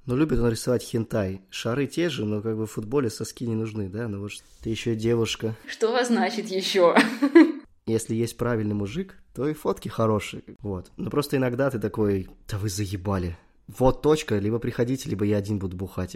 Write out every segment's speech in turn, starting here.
Ну, любит он рисовать хентай. Шары те же, но как бы в футболе соски не нужны, да? Ну вот ты еще девушка. Что значит еще? Если есть правильный мужик, то и фотки хорошие. Вот. Но просто иногда ты такой, да вы заебали. Вот точка, либо приходите, либо я один буду бухать.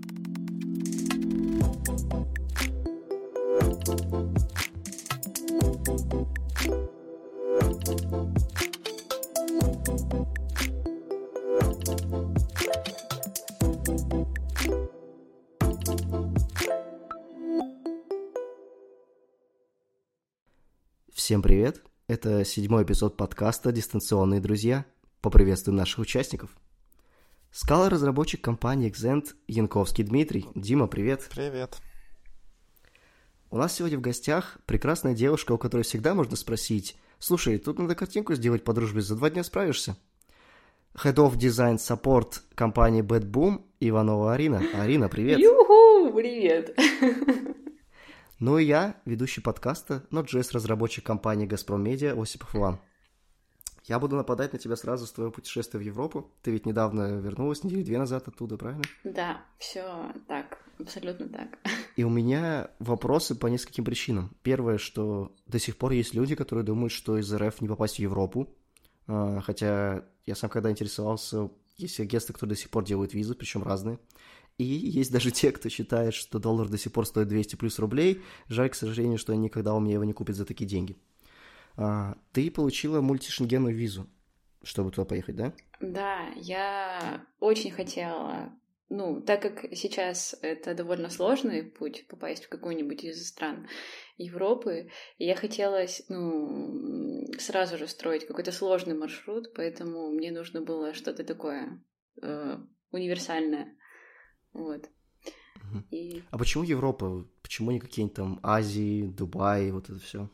Всем привет! Это 7-й эпизод подкаста «Дистанционные друзья». Поприветствуем наших участников. Скала-разработчик компании Xend Янковский Дмитрий. Дима, привет! Привет! У нас сегодня в гостях прекрасная девушка, у которой всегда можно спросить: «Слушай, тут надо картинку сделать по дружбе, за 2 дня справишься?» Head of Design Support компании Bad Boom Иванова Арина. Арина, привет! Юху, привет! Ну и я, ведущий подкаста, Node.js-разработчик компании Газпром Медиа Осипов Иван. Я буду нападать на тебя сразу с твоего путешествия в Европу. Ты ведь недавно вернулась, 2 недели назад оттуда, правильно? Да, все так, абсолютно так. И у меня вопросы по нескольким причинам. Первое, что до сих пор есть люди, которые думают, что из РФ не попасть в Европу. Хотя я сам когда интересовался, есть агентства, которые до сих пор делают визы, причем разные. И есть даже те, кто считает, что доллар до сих пор стоит 200 плюс рублей. Жаль, к сожалению, что они никогда у меня его не купят за такие деньги. Ты получила мультишенгенную визу, чтобы туда поехать, да? Да, я очень хотела, так как сейчас это довольно сложный путь попасть в какую-нибудь из стран Европы, я хотела, сразу же строить какой-то сложный маршрут, поэтому мне нужно было что-то такое универсальное. Вот. И... А почему Европа? Почему не какие-нибудь там Азии, Дубай, вот это все?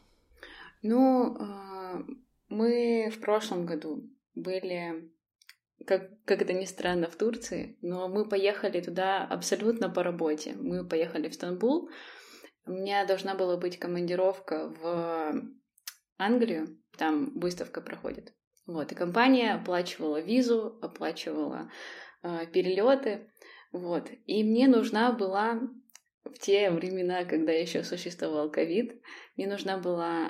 Мы в прошлом году были, как это ни странно, в Турции, но мы поехали туда абсолютно по работе. Мы поехали в Стамбул. У меня должна была быть командировка в Англию, там выставка проходит. Вот, и компания оплачивала визу, оплачивала перелеты. Вот. И мне нужна была в те времена, когда еще существовал ковид, мне нужна была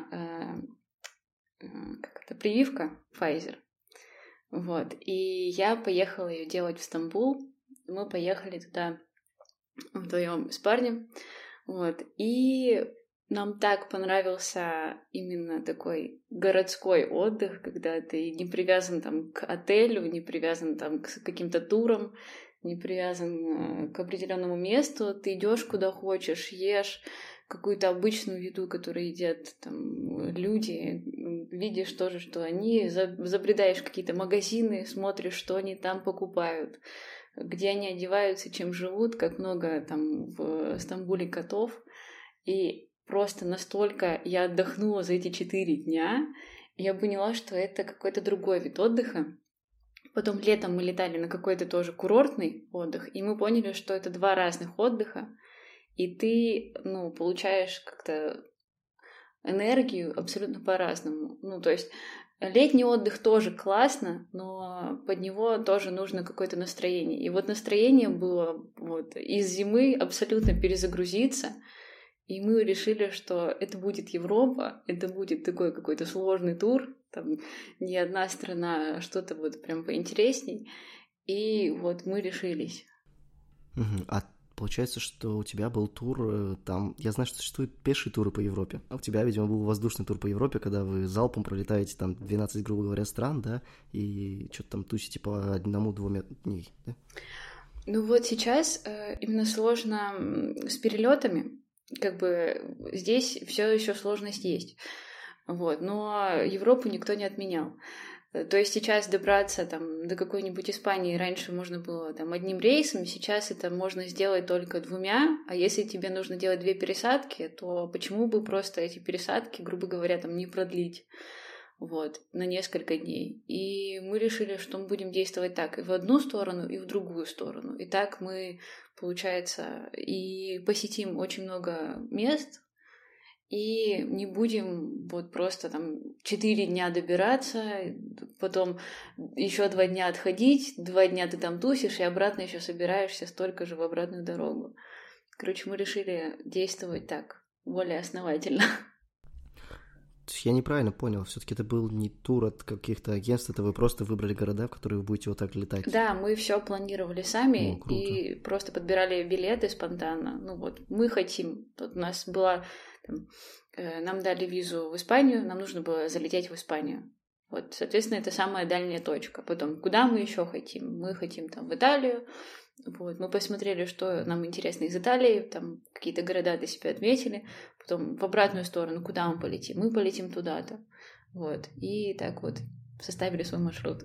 прививка Pfizer. Вот. И я поехала ее делать в Стамбул. Мы поехали туда вдвоем с парнем. Вот. И нам так понравился именно такой городской отдых, когда ты не привязан там к отелю, не привязан там к каким-то турам, не привязан к определенному месту, ты идешь куда хочешь, ешь какую-то обычную еду, которую едят там люди, видишь тоже, что они, забредаешь в какие-то магазины, смотришь, что они там покупают, где они одеваются, чем живут, как много там в Стамбуле котов. И просто настолько я отдохнула за эти 4 дня, я поняла, что это какой-то другой вид отдыха. Потом летом мы летали на какой-то тоже курортный отдых, и мы поняли, что это 2 разных отдыха, и ты, получаешь как-то энергию абсолютно по-разному. То есть летний отдых тоже классно, но под него тоже нужно какое-то настроение. И вот настроение было из зимы абсолютно перезагрузиться, и мы решили, что это будет Европа, это будет такой какой-то сложный тур, там не одна страна, что-то прям поинтересней. И мы решились. А получается, что у тебя был тур там... Я знаю, что существуют пешие туры по Европе. А у тебя, видимо, был воздушный тур по Европе, когда вы залпом пролетаете там 12, грубо говоря, стран, да? И что-то там тусите по 1-2 дней, да? Сейчас именно сложно с перелетами. Как бы здесь все еще сложность есть. Но Европу никто не отменял. То есть сейчас добраться там до какой-нибудь Испании раньше можно было там 1 рейсом, сейчас это можно сделать только 2, а если тебе нужно делать 2 пересадки, то почему бы просто эти пересадки, грубо говоря, там не продлить на несколько дней. И мы решили, что мы будем действовать так и в одну сторону, и в другую сторону. И так мы, получается, и посетим очень много мест, и не будем вот просто там 4 дня добираться, потом еще 2 дня отходить, 2 дня ты там тусишь, и обратно еще собираешься столько же в обратную дорогу. Короче, мы решили действовать так, более основательно. То есть я неправильно понял, все-таки это был не тур от каких-то агентств, это вы просто выбрали города, в которые вы будете вот так летать. Да, мы все планировали сами. Круто. И просто подбирали билеты спонтанно. Ну вот, мы хотим. Тут у нас была там, нам дали визу в Испанию, нам нужно было залететь в Испанию. Вот, соответственно, это самая дальняя точка. Потом, куда мы еще хотим? Мы хотим там в Италию. Вот, мы посмотрели, что нам интересно из Италии, там какие-то города для себя отметили. Потом в обратную сторону, куда мы полетим? Мы полетим туда-то. Вот, и так вот составили свой маршрут.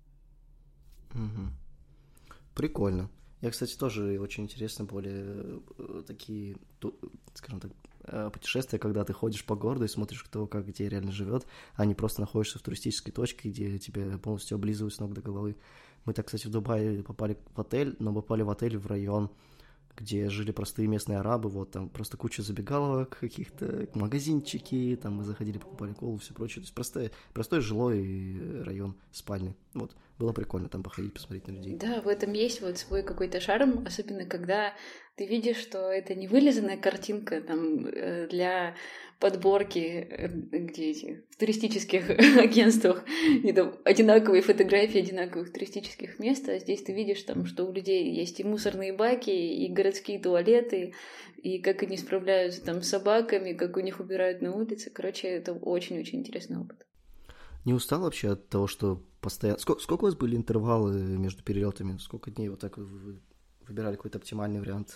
Угу. Прикольно. Я, кстати, тоже очень интересно более такие, скажем так, путешествия, когда ты ходишь по городу и смотришь, кто как где реально живет, а не просто находишься в туристической точке, где тебя полностью облизывают с ног до головы. Мы так, кстати, в Дубае попали в отель, но попали в отель в район, где жили простые местные арабы, вот там просто куча забегаловок, каких-то магазинчики, там мы заходили, покупали колу, все прочее. То есть простой жилой район спальни. Вот, было прикольно там походить, посмотреть на людей. Да, в этом есть вот свой какой-то шарм, особенно когда ты видишь, что это не вылизанная картинка там для подборки, где эти, в туристических агентствах, и там одинаковые фотографии одинаковых туристических мест, а здесь ты видишь там, что у людей есть и мусорные баки, и городские туалеты, и как они справляются там с собаками, как у них убирают на улице. Короче, это очень-очень интересный опыт. Не устал вообще от того, что постоянно... Сколько у вас были интервалы между перелетами? Сколько дней вот так вы выбирали какой-то оптимальный вариант?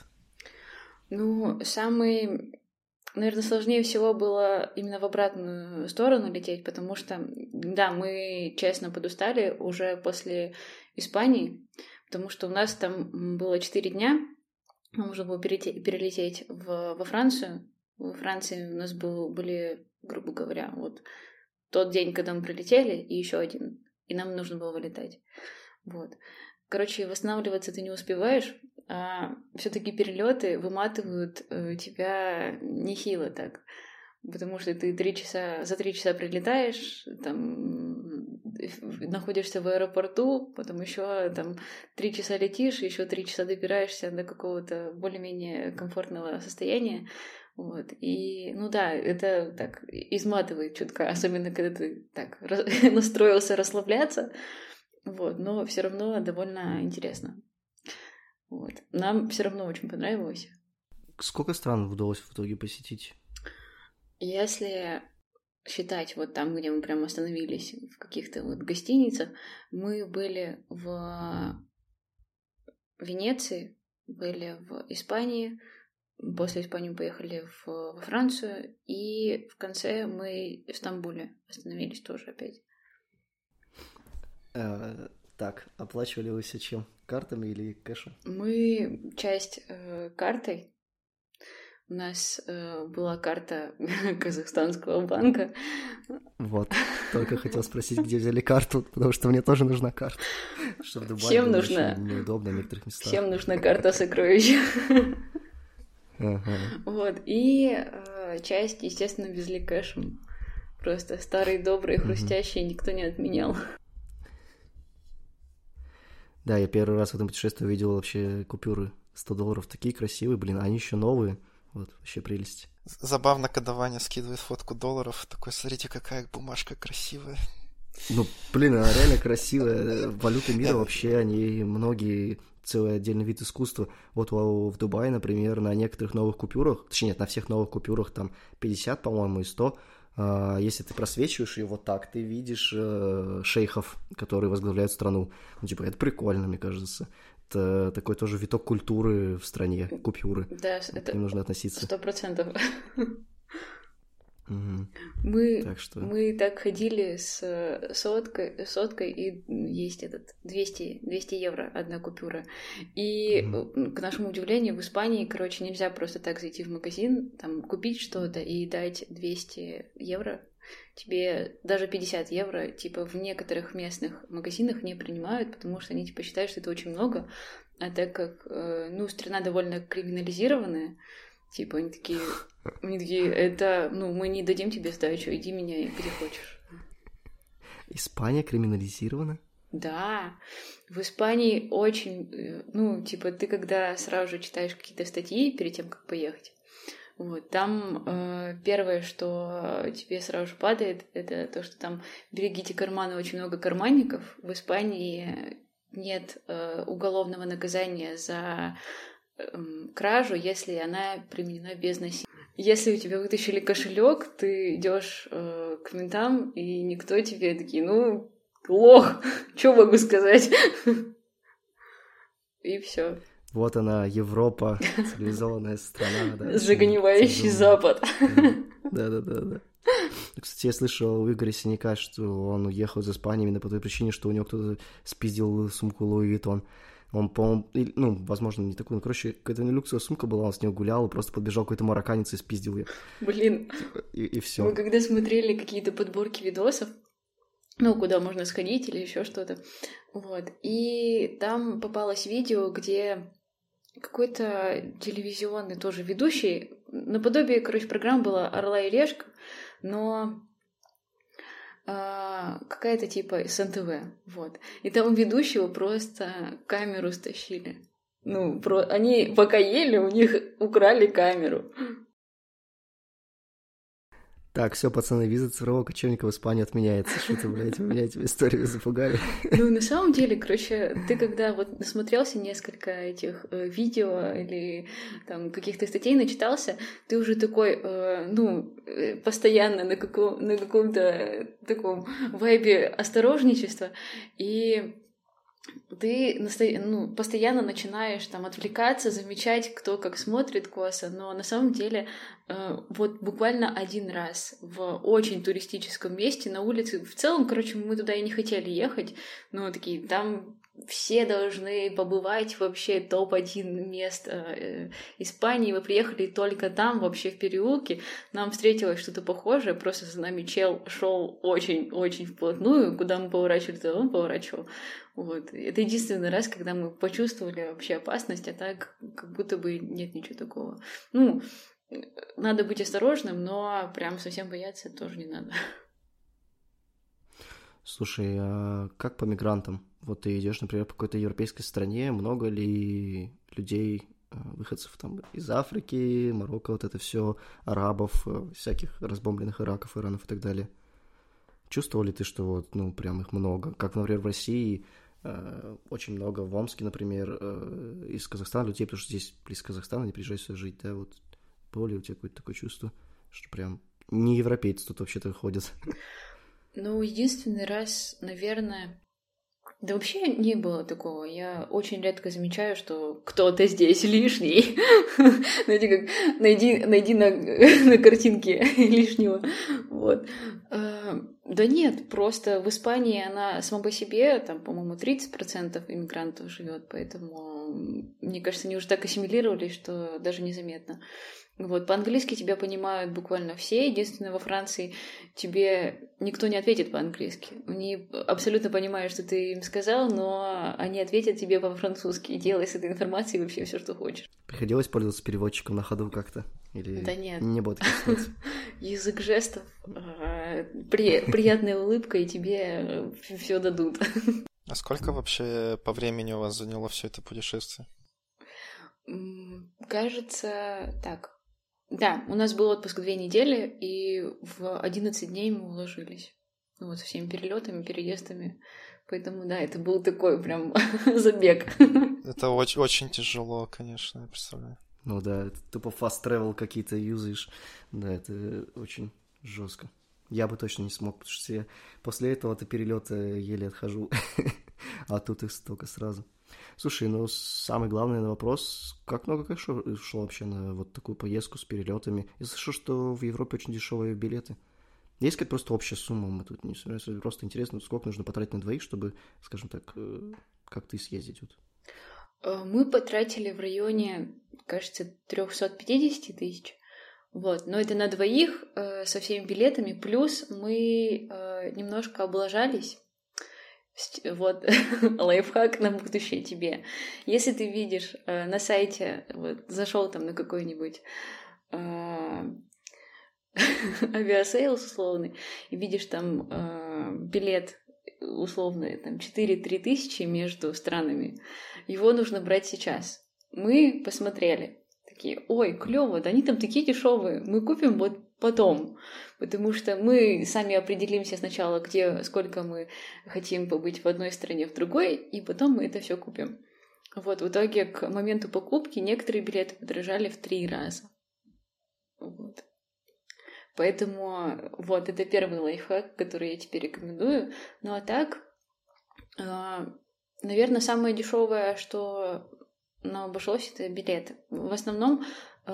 Ну, самый, наверное, сложнее всего было именно в обратную сторону лететь, потому что, да, мы честно подустали уже после Испании, потому что у нас там было 4 дня, нам нужно было перелететь во Францию. Во Франции у нас были, грубо говоря, вот тот день, когда мы прилетели, и еще один, и нам нужно было вылетать. Вот. Короче, восстанавливаться ты не успеваешь, а все-таки перелеты выматывают тебя нехило так. Потому что ты за 3 часа прилетаешь, там находишься в аэропорту, потом еще там 3 часа летишь, еще 3 часа добираешься до какого-то более-менее комфортного состояния. Вот. И, ну да, это так изматывает чутка, особенно когда ты так настроился расслабляться. Вот, но все равно довольно интересно. Вот. Нам все равно очень понравилось. Сколько стран удалось в итоге посетить? Если считать вот там, где мы прям остановились, в каких-то вот гостиницах, мы были в Венеции, были в Испании, после Испании мы поехали во Францию, и в конце мы в Стамбуле остановились тоже опять. Так, оплачивали вы все чем? Картами или кэшем? Мы часть картой. У нас была карта Казахстанского банка. Вот, только хотел спросить, где взяли карту, потому что мне тоже нужна карта. Что в Дубае Всем было нужна. очень неудобно в некоторых местах. Всем нужна карта сокровищ. Ага. Вот, и часть, естественно, везли кэшем. Просто старый, добрый, хрустящий, никто не отменял. Да, я первый раз в этом путешествии увидел вообще купюры $100, такие красивые, блин, они еще новые, вот, вообще прелесть. Забавно, когда Ваня скидывает фотку долларов, такой, смотрите, какая бумажка красивая. Ну, блин, она реально красивая, валюты мира вообще, они многие, целый отдельный вид искусства. Вот в Дубае, например, на некоторых новых купюрах, точнее, нет, на всех новых купюрах там 50, по-моему, и 100, если ты просвечиваешь ее вот так, ты видишь шейхов, которые возглавляют страну. Ну, типа, это прикольно, мне кажется. Это такой тоже виток культуры в стране, купюры. Да, это к ним нужно относиться. 100%. Угу. Мы так ходили с соткой, и есть этот 200 евро одна купюра. И к нашему удивлению, в Испании, короче, нельзя просто так зайти в магазин, там, купить что-то и дать 200 евро. Тебе даже 50 евро, типа, в некоторых местных магазинах не принимают, потому что они, типа, считают, что это очень много. А так как, страна довольно криминализированная, Типа, они такие, это, мы не дадим тебе сдачу, иди меняй, где хочешь. Испания криминализирована? Да, в Испании очень, ты когда сразу же читаешь какие-то статьи перед тем, как поехать, вот, там первое, что тебе сразу же падает, это то, что там берегите карманы, очень много карманников. В Испании нет уголовного наказания за кражу, если она применена без насилия. Если у тебя вытащили кошелек, ты идешь к ментам, и никто тебе такие, лох, что могу сказать? И все. Вот она, Европа, цивилизованная страна, да. Загнивающий Запад. Да. Кстати, я слышал у Игоря Синяка, что он уехал из Испании именно по той причине, что у него кто-то спиздил сумку Луи Виттон. Он, по-моему, возможно, не такую, но, короче, какая-то люксовая сумка была, он с нее гулял, и просто подбежал какой-то марокканец и спиздил ее. Блин. И все. Мы когда смотрели какие-то подборки видосов, куда можно сходить или еще что-то, вот, и там попалось видео, где какой-то телевизионный тоже ведущий, наподобие, программа была «Орла и решка», но какая-то типа с НТВ, вот. И там у ведущего просто камеру стащили. Они пока ели, у них украли камеру. Так, все, пацаны, виза цифрового кочевника в Испанию отменяется. Что-то, блядь, вы меня этими историями запугали. На самом деле, ты когда вот насмотрелся несколько этих видео или там каких-то статей начитался, ты уже такой, постоянно на каком-то таком вайбе осторожничества, и ты постоянно начинаешь там отвлекаться, замечать, кто как смотрит косо, но на самом деле вот буквально один раз в очень туристическом месте на улице, в целом, мы туда и не хотели ехать, но такие, там все должны побывать вообще топ-1 мест Испании, мы приехали только там, вообще в переулке, нам встретилось что-то похожее, просто за нами чел шел очень-очень вплотную, куда мы поворачивали, туда он поворачивал. Вот. Это единственный раз, когда мы почувствовали вообще опасность, а так как будто бы нет ничего такого. Надо быть осторожным, но прям совсем бояться тоже не надо. Слушай, а как по мигрантам? Вот ты идешь, например, по какой-то европейской стране, много ли людей, выходцев там из Африки, Марокко, вот это все, арабов, всяких разбомбленных Ираков, Иранов и так далее? Чувствовал ли ты, что вот, прям их много? Как, например, в России очень много, в Омске, например, из Казахстана людей, потому что здесь близко Казахстана, они приезжают сюда жить, да, вот было ли у тебя какое-то такое чувство, что прям не европейцы тут вообще-то ходят? Единственный раз, наверное... Да вообще не было такого. Я очень редко замечаю, что кто-то здесь лишний. Знаете, как найди на картинке лишнего. Вот. Да нет, просто в Испании она сама по себе, там, по-моему, 30% иммигрантов живет, поэтому, мне кажется, они уже так ассимилировались, что даже незаметно. Вот, по-английски тебя понимают буквально все. Единственное, во Франции тебе никто не ответит по-английски. Они абсолютно понимают, что ты им сказал, но они ответят тебе по-французски. И делай с этой информацией вообще все, что хочешь. Приходилось пользоваться переводчиком на ходу как-то? Или да нет. Не было таких ситуаций? Язык жестов, приятная улыбка, и тебе все дадут. А сколько вообще по времени у вас заняло все это путешествие? Кажется, так. Да, у нас был отпуск 2 недели, и в 11 дней мы уложились. Со всеми перелетами, переездами. Поэтому, да, это был такой прям забег. Это очень, очень тяжело, конечно, я представляю. Да, это тупо fast travel какие-то юзаешь. Да, это очень жестко. Я бы точно не смог, потому что я после этого-то перелета еле отхожу. А тут их столько сразу. Слушай, самый главный вопрос, как много кэша ушло вообще на вот такую поездку с перелетами? Я слышал, что в Европе очень дешевые билеты. Есть какая-то просто общая сумма, мы тут не собираемся, просто интересно, сколько нужно потратить на двоих, чтобы, скажем так, как-то съездить? Мы потратили в районе, кажется, 350 тысяч. Вот, но это на двоих со всеми билетами, плюс мы немножко облажались. Вот, лайфхак на будущее тебе. Если ты видишь на сайте, зашел там на какой-нибудь авиасейлс условный, и видишь там билет условно там 4-3 тысячи между странами, его нужно брать сейчас. Мы посмотрели, такие, ой, клево, да они там такие дешевые, мы купим вот потом, потому что мы сами определимся сначала, где, сколько мы хотим побыть в одной стране, в другой, и потом мы это все купим. Вот, в итоге к моменту покупки некоторые билеты подорожали в 3 раза. Вот. Поэтому вот, это первый лайфхак, который я тебе рекомендую. Ну а так, наверное, самое дешевое, что нам обошлось, это билеты. В основном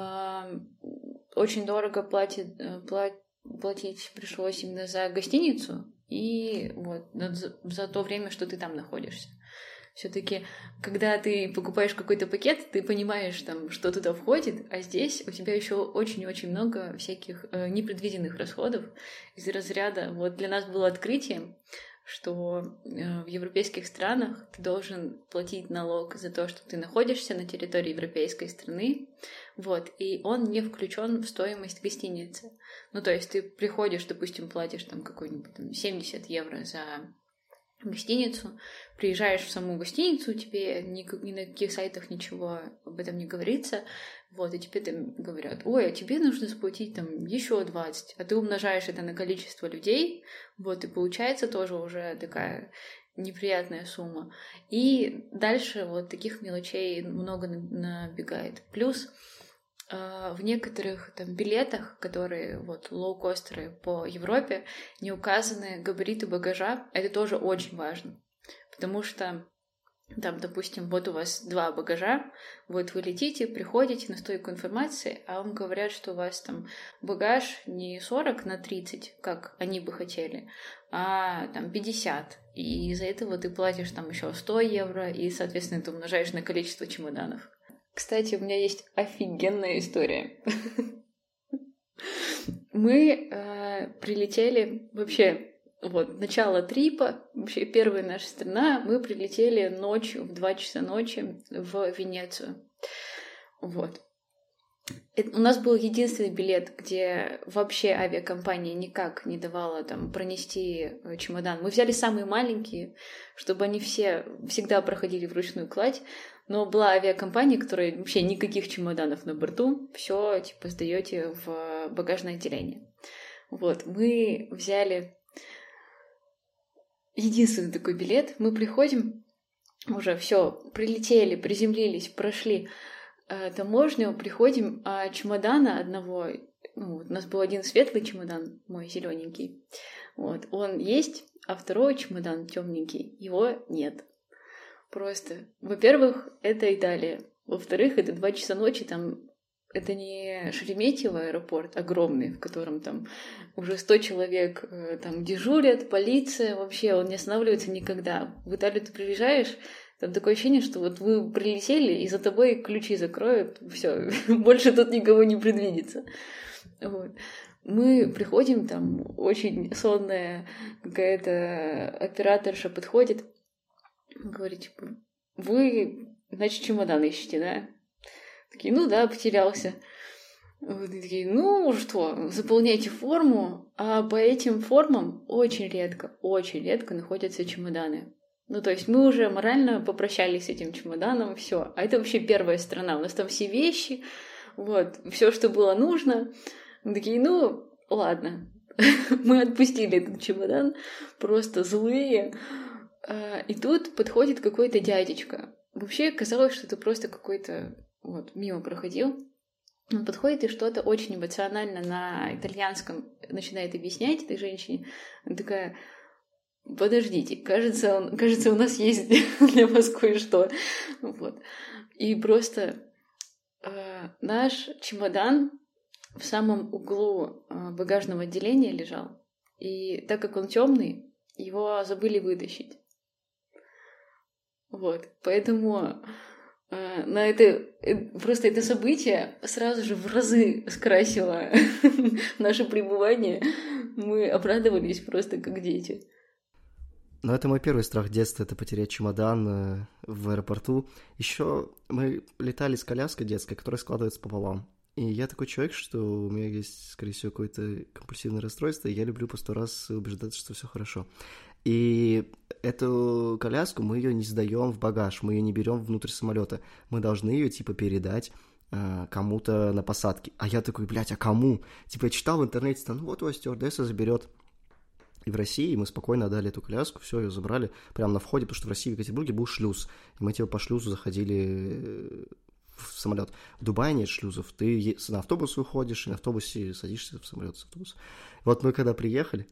очень дорого платить пришлось именно за гостиницу и вот за то время, что ты там находишься. Все-таки, когда ты покупаешь какой-то пакет, ты понимаешь, там, что туда входит, а здесь у тебя еще очень-очень много всяких непредвиденных расходов из разряда. Вот для нас было открытием, что в европейских странах ты должен платить налог за то, что ты находишься на территории европейской страны, вот, и он не включен в стоимость гостиницы. Ну, то есть ты приходишь, допустим, платишь там какой-нибудь там, 70 евро за гостиницу, приезжаешь в саму гостиницу, тебе ни на каких сайтах ничего об этом не говорится, вот, и тебе там говорят, ой, а тебе нужно заплатить там еще 20, а ты умножаешь это на количество людей, вот, и получается тоже уже такая неприятная сумма. И дальше вот таких мелочей много набегает. Плюс в некоторых там билетах, которые вот лоукостеры по Европе, не указаны габариты багажа. Это тоже очень важно, потому что там, допустим, вот у вас 2 багажа, вот вы летите, приходите на стойку информации, а вам говорят, что у вас там багаж не 40 на 30, как они бы хотели, а там 50. И из-за этого ты платишь там еще 100 евро, и, соответственно, ты умножаешь на количество чемоданов. Кстати, у меня есть офигенная история. Мы прилетели вообще, вот, начало трипа, вообще первая наша страна, мы прилетели ночью, в 2 часа ночи в Венецию. Вот. У нас был единственный билет, где вообще авиакомпания никак не давала там пронести чемодан. Мы взяли самые маленькие, чтобы они все всегда проходили вручную кладь. Но была авиакомпания, которая вообще никаких чемоданов на борту, все типа сдаете в багажное отделение. Вот, мы взяли единственный такой билет, мы приходим, уже все, прилетели, приземлились, прошли таможню, приходим, а чемодана одного, ну, у нас был один светлый чемодан, мой зелененький, вот, он есть, а второй чемодан темненький, его нет. Просто, во-первых, это Италия, во-вторых, это 2 часа ночи, там, это не Шереметьево аэропорт огромный, в котором там уже 100 человек там дежурят, полиция, вообще он не останавливается никогда. В Италию ты приезжаешь, там такое ощущение, что вот вы прилетели, и за тобой ключи закроют, все, больше тут никого не предвидится. Вот. Мы приходим, там очень сонная какая-то операторша подходит, говорит, типа, вы, значит, чемодан ищете, да? Такие, ну да, потерялся. Вот, и такие, ну что, заполняйте форму, а по этим формам очень редко находятся чемоданы. Ну, то есть мы уже морально попрощались с этим чемоданом, все. А это вообще первая страна, у нас там все вещи, вот, все, что было нужно. Мы такие, ну, ладно. Мы отпустили этот чемодан, просто злые. И тут подходит какой-то дядечка. Вообще казалось, что это просто какой-то вот мимо проходил. Он подходит и что-то очень эмоционально на итальянском начинает объяснять этой женщине. Она такая, подождите, кажется, у нас есть для вас кое-что. Вот. И просто наш чемодан в самом углу багажного отделения лежал. И так как он темный, его забыли вытащить. Вот, поэтому на это просто это событие сразу же в разы скрасило наше пребывание. Мы обрадовались просто как дети. Но это мой первый страх детства, это потерять чемодан в аэропорту. Еще мы летали с коляской детской, которая складывается пополам. И я такой человек, что у меня есть, скорее всего, какое-то компульсивное расстройство, и я люблю по 100 раз убеждаться, что все хорошо. И эту коляску мы ее не сдаем в багаж, мы ее не берем внутрь самолета. Мы должны ее типа передать кому-то на посадке. А я такой, блядь, а кому? Типа я читал в интернете, там, ну вот вас стюардесса заберет. И в России мы спокойно отдали эту коляску, все, ее забрали прямо на входе, потому что в России, в Екатеринбурге был шлюз. И мы типа по шлюзу заходили в самолет. В Дубае нет шлюзов. Ты на автобус выходишь, и на автобусе садишься в самолет с автобуса. Вот мы когда приехали,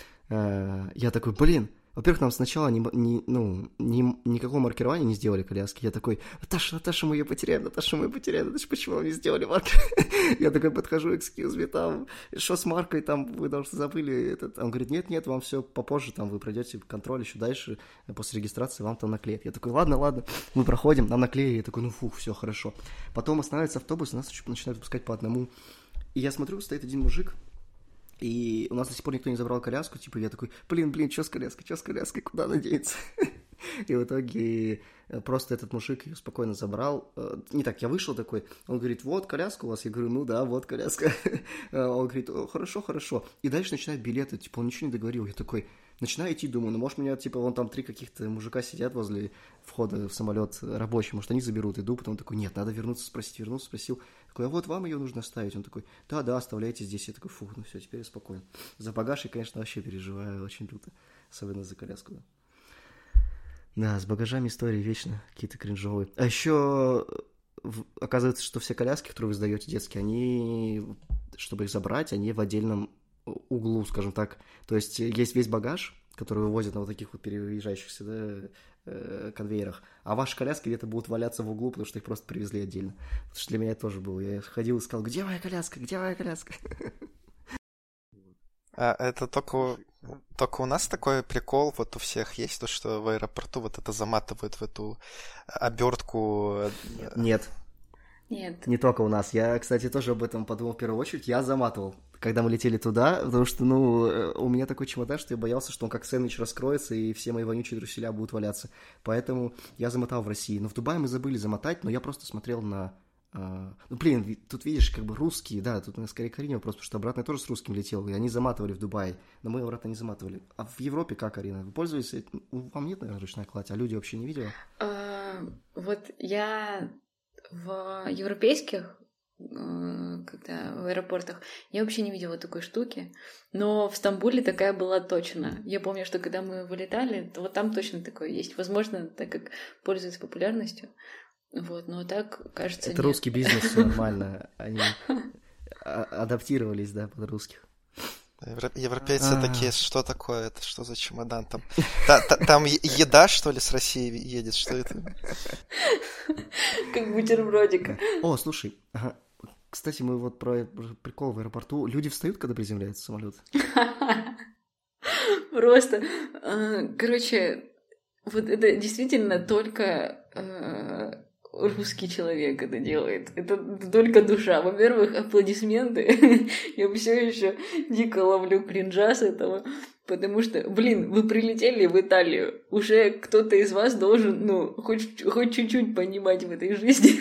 я такой, блин, во-первых, нам сначала никакого маркирования не сделали коляски. Я такой, Наташа, мы ее потеряем, Наташа, почему вы не сделали маркер? Я такой подхожу, excuse me, там, что с маркой, там, вы, должны забыли этот. Он говорит, нет, вам все попозже, там, вы пройдете контроль еще дальше, после регистрации вам там наклеят. Я такой, ладно, мы проходим, нам наклеили. Я такой, все хорошо. Потом останавливается автобус, и нас начинают выпускать по одному. И я смотрю, стоит один мужик, и у нас до сих пор никто не забрал коляску, типа, я такой, блин, что с коляской, куда она денется? И в итоге просто этот мужик ее спокойно забрал. Не так, я вышел такой, он говорит, вот коляска у вас, я говорю, ну да, вот коляска. Он говорит, хорошо. И дальше начинает билеты, типа, он ничего не договорил. Я такой, начинаю идти, думаю, ну, может, меня, типа, вон там 3 каких-то мужика сидят возле входа в самолет рабочий, может, они заберут, иду, потом такой, нет, надо вернуться, спросил. Такой, а вот вам ее нужно оставить. Он такой, да, оставляйте здесь. Я такой, ну все, теперь я спокоен. За багаж я, конечно, вообще переживаю очень люто, особенно за коляску, да. Да, с багажами истории вечно какие-то кринжовые. А еще оказывается, что все коляски, которые вы сдаете детские, они, чтобы их забрать, они в отдельном углу, скажем так. То есть весь багаж, который вывозят на вот таких вот переезжающихся, да, конвейерах, а ваши коляски где-то будут валяться в углу, потому что их просто привезли отдельно. Потому что для меня это тоже было. Я ходил и сказал, где моя коляска? А это только у нас такой прикол, вот у всех есть то, что в аэропорту вот это заматывают в эту обертку. Нет. Не только у нас. Я, кстати, тоже об этом подумал в первую очередь. Я заматывал, когда мы летели туда, потому что, у меня такой чемодан, что я боялся, что он как сэндвич раскроется, и все мои вонючие труселя будут валяться. Поэтому я замотал в России. Но в Дубае мы забыли замотать, но я просто смотрел на... тут видишь, как бы русские, да, тут у нас скорее Карине вопрос, потому что обратно я тоже с русским летел, и они заматывали в Дубае, но мы обратно не заматывали. А в Европе как, Арина? Вы пользуетесь? Вам нет, наверное, ручная кладь, а люди вообще не видели? Вот я в европейских, когда в аэропортах, я вообще не видела такой штуки, но в Стамбуле такая была точно. Я помню, что когда мы вылетали, то вот там точно такое есть. Возможно, так как пользуется популярностью. Вот, но так, кажется, это нет. русский бизнес, все нормально. Они адаптировались, да, под русских. Европейцы такие, что такое? Это что за чемодан там? Там еда, что ли, с России едет? Что это? Как бутербродик. О, слушай, кстати, мы вот про прикол в аэропорту. Люди встают, когда приземляется самолет? Просто, короче, вот это действительно только русский человек это делает. Это только душа. Во-первых, аплодисменты. Я все еще дико ловлю кринжа с этого. Потому что, вы прилетели в Италию. Уже кто-то из вас должен, хоть чуть-чуть понимать в этой жизни.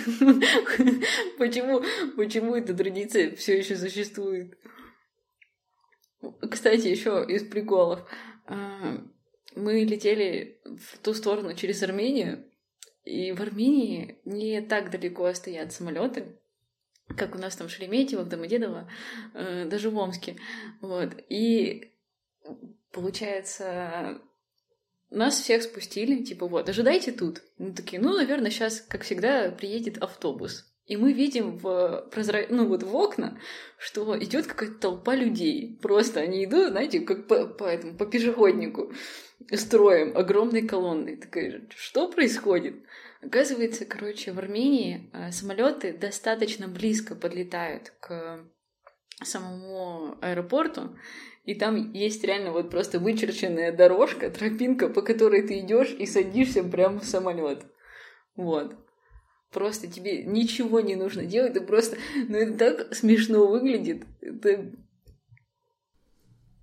Почему эта традиция все еще существует? Кстати, еще из приколов. Мы летели в ту сторону через Армению. И в Армении не так далеко стоят самолеты, как у нас там в Шереметьево, в Домодедово, даже в Омске. Вот. И получается, нас всех спустили, типа, вот, ожидайте тут. Мы такие, наверное, сейчас, как всегда, приедет автобус. И мы видим в окна, что идет какая-то толпа людей. Просто они идут, знаете, как по пешеходнику, строем, огромной колонной. Такая, что происходит? Оказывается, в Армении самолеты достаточно близко подлетают к самому аэропорту, и там есть реально вот просто вычерченная дорожка, тропинка, по которой ты идешь и садишься прямо в самолет. Вот. Просто тебе ничего не нужно делать, ты просто... это так смешно выглядит. Это...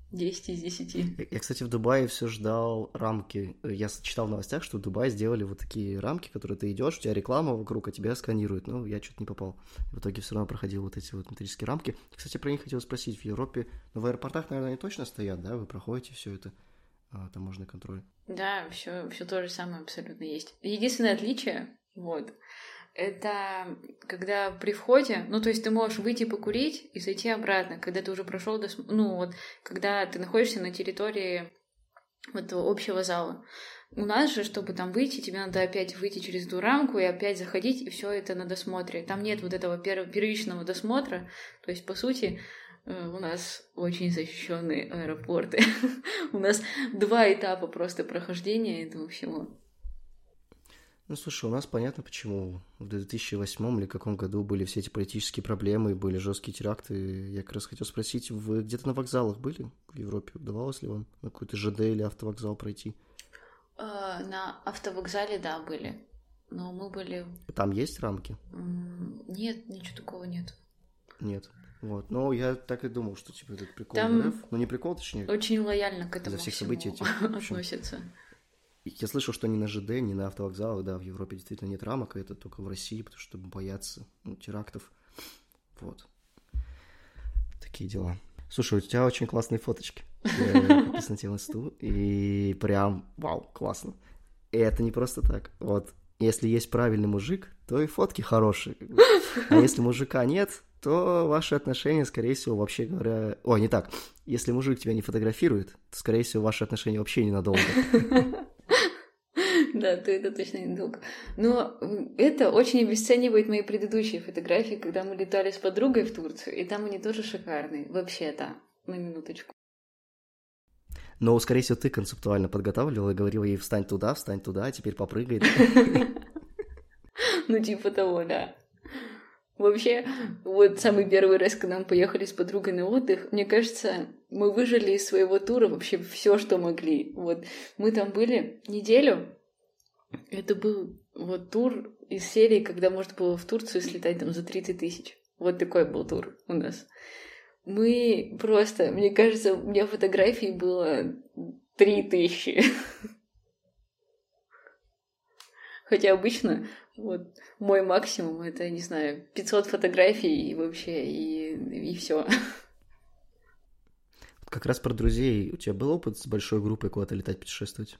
10 из 10. Я, кстати, в Дубае все ждал рамки. Я читал в новостях, что в Дубае сделали вот такие рамки, которые ты идешь, у тебя реклама вокруг, а тебя сканируют. Но я что-то не попал. В итоге все равно проходил вот эти вот металлические рамки. Кстати, про них хотел спросить. В Европе, в аэропортах, наверное, они точно стоят, да? Вы проходите все это, таможенный контроль. Да, все то же самое абсолютно есть. Единственное отличие, вот, это когда при входе, ну, то есть ты можешь выйти покурить и зайти обратно, когда ты уже прошел, ну, вот, когда ты находишься на территории вот общего зала. У нас же, чтобы там выйти, тебе надо опять выйти через эту рамку и опять заходить, и все это на досмотре. Там нет вот этого первичного досмотра, то есть, по сути, у нас очень защищенные аэропорты. У нас 2 этапа просто прохождения этого всего. Ну, слушай, у нас понятно, почему в 2008 или каком году были все эти политические проблемы, были жесткие теракты. Я как раз хотел спросить, вы где-то на вокзалах были в Европе? Удавалось ли вам на какой-то ЖД или автовокзал пройти? На автовокзале, да, были. Но мы были... Там есть рамки? Нет, ничего такого нет. Нет. Вот. Но я так и думал, что типа этот прикол там РФ. Ну, не прикол, точнее. Очень лояльно к этому из-за всех всему событий относятся. Я слышал, что ни на ЖД, ни на автовокзалах, да, в Европе действительно нет рамок, а это только в России, потому что боятся терактов. Вот. Такие дела. Слушай, у тебя очень классные фоточки. Я подписан на тебя в инсту, и прям, вау, классно. И это не просто так. Вот, если есть правильный мужик, то и фотки хорошие. А если мужика нет, то ваши отношения, скорее всего, вообще говоря... Ой, не так. Если мужик тебя не фотографирует, то, скорее всего, ваши отношения вообще ненадолго. Да, то это точно недолго. Но это очень обесценивает мои предыдущие фотографии, когда мы летали с подругой в Турцию, и там они тоже шикарные. Вообще-то, на минуточку. Но, скорее всего, ты концептуально подготавливала и говорила ей встань туда, а теперь попрыгай. Ну, типа того, да. Вообще, вот самый первый раз, когда мы поехали с подругой на отдых, мне кажется, мы выжили из своего тура вообще все, что могли. Вот мы там были неделю. Это был вот тур из серии, когда можно было в Турцию слетать там за 30 тысяч. Вот такой был тур у нас. Мы просто, мне кажется, у меня фотографий было 3000. Хотя обычно вот мой максимум это, не знаю, 500 фотографий и вообще, и все. Как раз про друзей. У тебя был опыт с большой группой куда-то летать, путешествовать?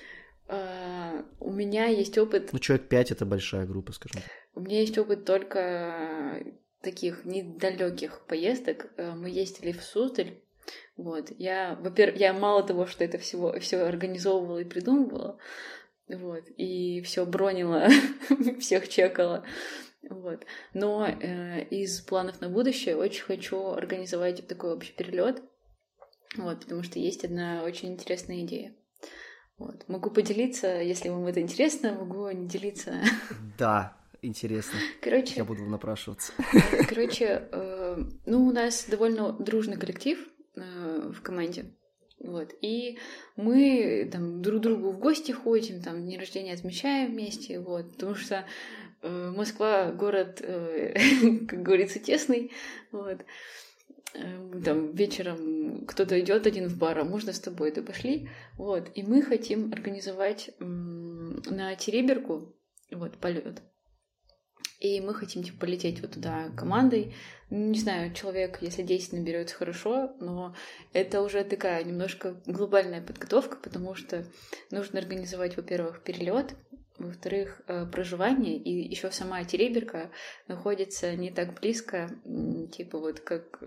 У меня есть опыт... Ну, человек 5 — это большая группа, скажем так. У меня есть опыт только таких недалеких поездок. Мы ездили в Суздаль. Вот. Во-первых, я мало того, что это все организовывала и придумывала, вот, и все бронила, всех чекала. Вот. Но из планов на будущее очень хочу организовать такой общий перелет. Вот, потому что есть одна очень интересная идея. Вот. Могу поделиться, если вам это интересно, могу не делиться. Да, интересно. Короче, я буду напрашиваться. Короче, у нас довольно дружный коллектив в команде. Вот. И мы там друг другу в гости ходим, там дни рождения отмечаем вместе, вот, потому что Москва город, как говорится, тесный, вот. Там вечером кто-то идет один в бар, а можно с тобой, да пошли, вот. И мы хотим организовать на Териберку вот полет. И мы хотим типа полететь вот туда командой. Не знаю, человек, если 10 наберется, хорошо, но это уже такая немножко глобальная подготовка, потому что нужно организовать, во-первых, перелет, во-вторых, проживание, и еще сама Териберка находится не так близко, типа вот как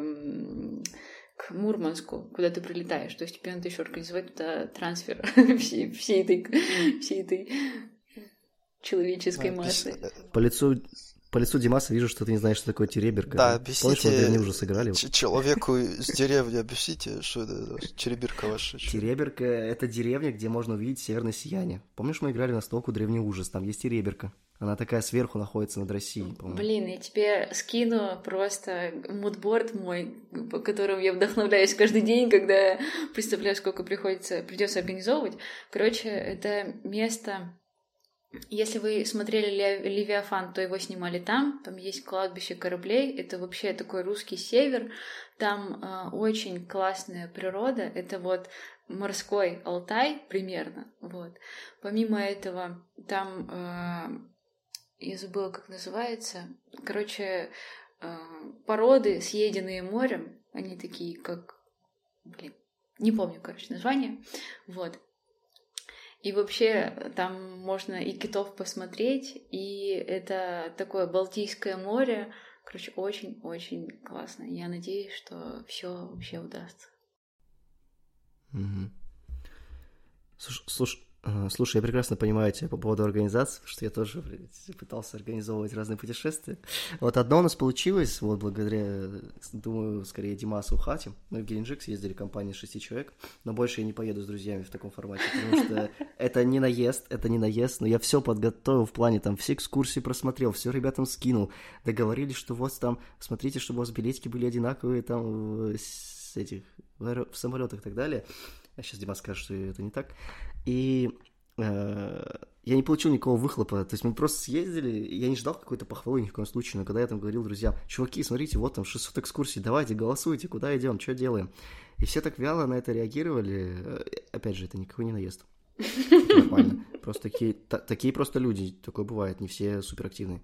к Мурманску, куда ты прилетаешь. То есть тебе надо еще организовать туда трансфер всей этой человеческой массы. По лицу Димаса вижу, что ты не знаешь, что такое Тереберка. Да, объясните. Помнишь, мы древние уже сыграли? Человеку из деревни объясните, что это Тереберка ваша. Тереберка — это деревня, где можно увидеть северное сияние. Помнишь, мы играли на столку «Древний ужас», там есть Тереберка. Она такая сверху находится над Россией, по-моему. Блин, я тебе скину просто мудборд мой, по которому я вдохновляюсь каждый день, когда представляю, сколько придется организовывать. Короче, это место Если вы смотрели «Левиафан», то его снимали там. Там есть кладбище кораблей. Это вообще такой русский север. Там очень классная природа. Это вот морской Алтай примерно. Вот. Помимо этого, там... я забыла, как называется. Короче, породы, съеденные морем. Они такие, как... не помню, короче, название. Вот. И вообще там можно и китов посмотреть, и это такое Балтийское море. Короче, очень-очень классно. Я надеюсь, что все вообще удастся. Угу. Слушай, я прекрасно понимаю тебя по поводу организации, потому что я тоже пытался организовывать разные путешествия. Вот одно у нас получилось, вот благодаря, думаю, скорее Димасу Хати. Мы в Геленджик съездили компанией из 6 человек, но больше я не поеду с друзьями в таком формате, потому что это не наезд, но я все подготовил в плане, там, все экскурсии просмотрел, все ребятам скинул, договорились, что вот там, смотрите, чтобы у вас билетики были одинаковые, там, в самолетах и так далее. А сейчас Дима скажет, что это не так. И я не получил никакого выхлопа. То есть мы просто съездили, я не ждал какой-то похвалы ни в коем случае, но когда я там говорил друзьям: чуваки, смотрите, вот там 600 экскурсий, давайте, голосуйте, куда идем, что делаем. И все так вяло на это реагировали. Опять же, это никакой не наезд. Нормально. Просто такие просто люди, такое бывает, не все суперактивные.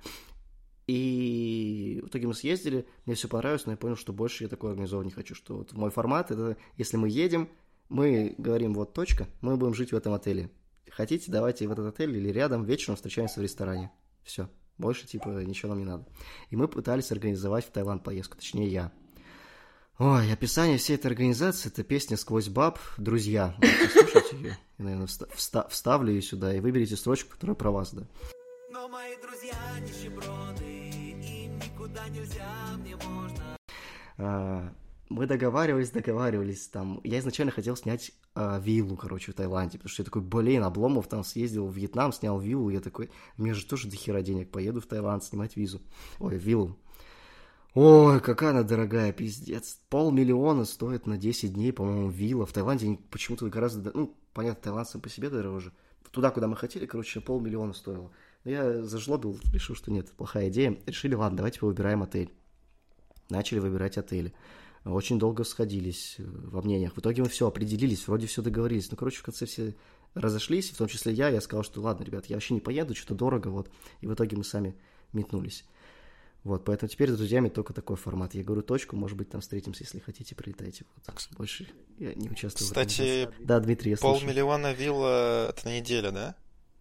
И в итоге мы съездили, мне все понравилось, но я понял, что больше я такое организовывать не хочу, что вот мой формат, это если мы едем, мы говорим, вот точка, мы будем жить в этом отеле. Хотите, давайте в этот отель или рядом, вечером встречаемся в ресторане. Все, больше типа ничего нам не надо. И мы пытались организовать в Таиланд поездку, точнее я. Ой, описание всей этой организации — это песня «Сквозь баб», «Друзья». Послушайте ее, я, наверное, вставлю ее сюда, и выберите строчку, которая про вас, да. Но мои друзья нищеброды, им никуда нельзя, мне можно... Мы договаривались там. Я изначально хотел снять виллу, короче, в Таиланде, потому что я такой, блин, Обломов там съездил в Вьетнам, снял виллу, я такой, мне же тоже дохера денег, поеду в Таиланд снимать виллу. Ой, какая она дорогая, пиздец. 500 000 стоит на 10 дней, по-моему, вилла. В Таиланде почему-то гораздо, понятно, Таиланд сам по себе дороже. Туда, куда мы хотели, короче, 500 000 стоило. Но я зажлобил, решил, что нет, плохая идея. Решили, ладно, давайте выбираем отель. Начали выбирать отели. Очень долго сходились во мнениях. В итоге мы все определились, вроде все договорились. Ну, короче, в конце все разошлись, в том числе я сказал, что ладно, ребят, я вообще не поеду, что-то дорого, вот. И в итоге мы сами метнулись. Вот, поэтому теперь с друзьями только такой формат. Я говорю точку, может быть, там встретимся, если хотите, прилетайте. Вот. Больше я не участвую в этом. Кстати, да, Дмитрий, я слышу. 500 000 вилла — это на неделю, да?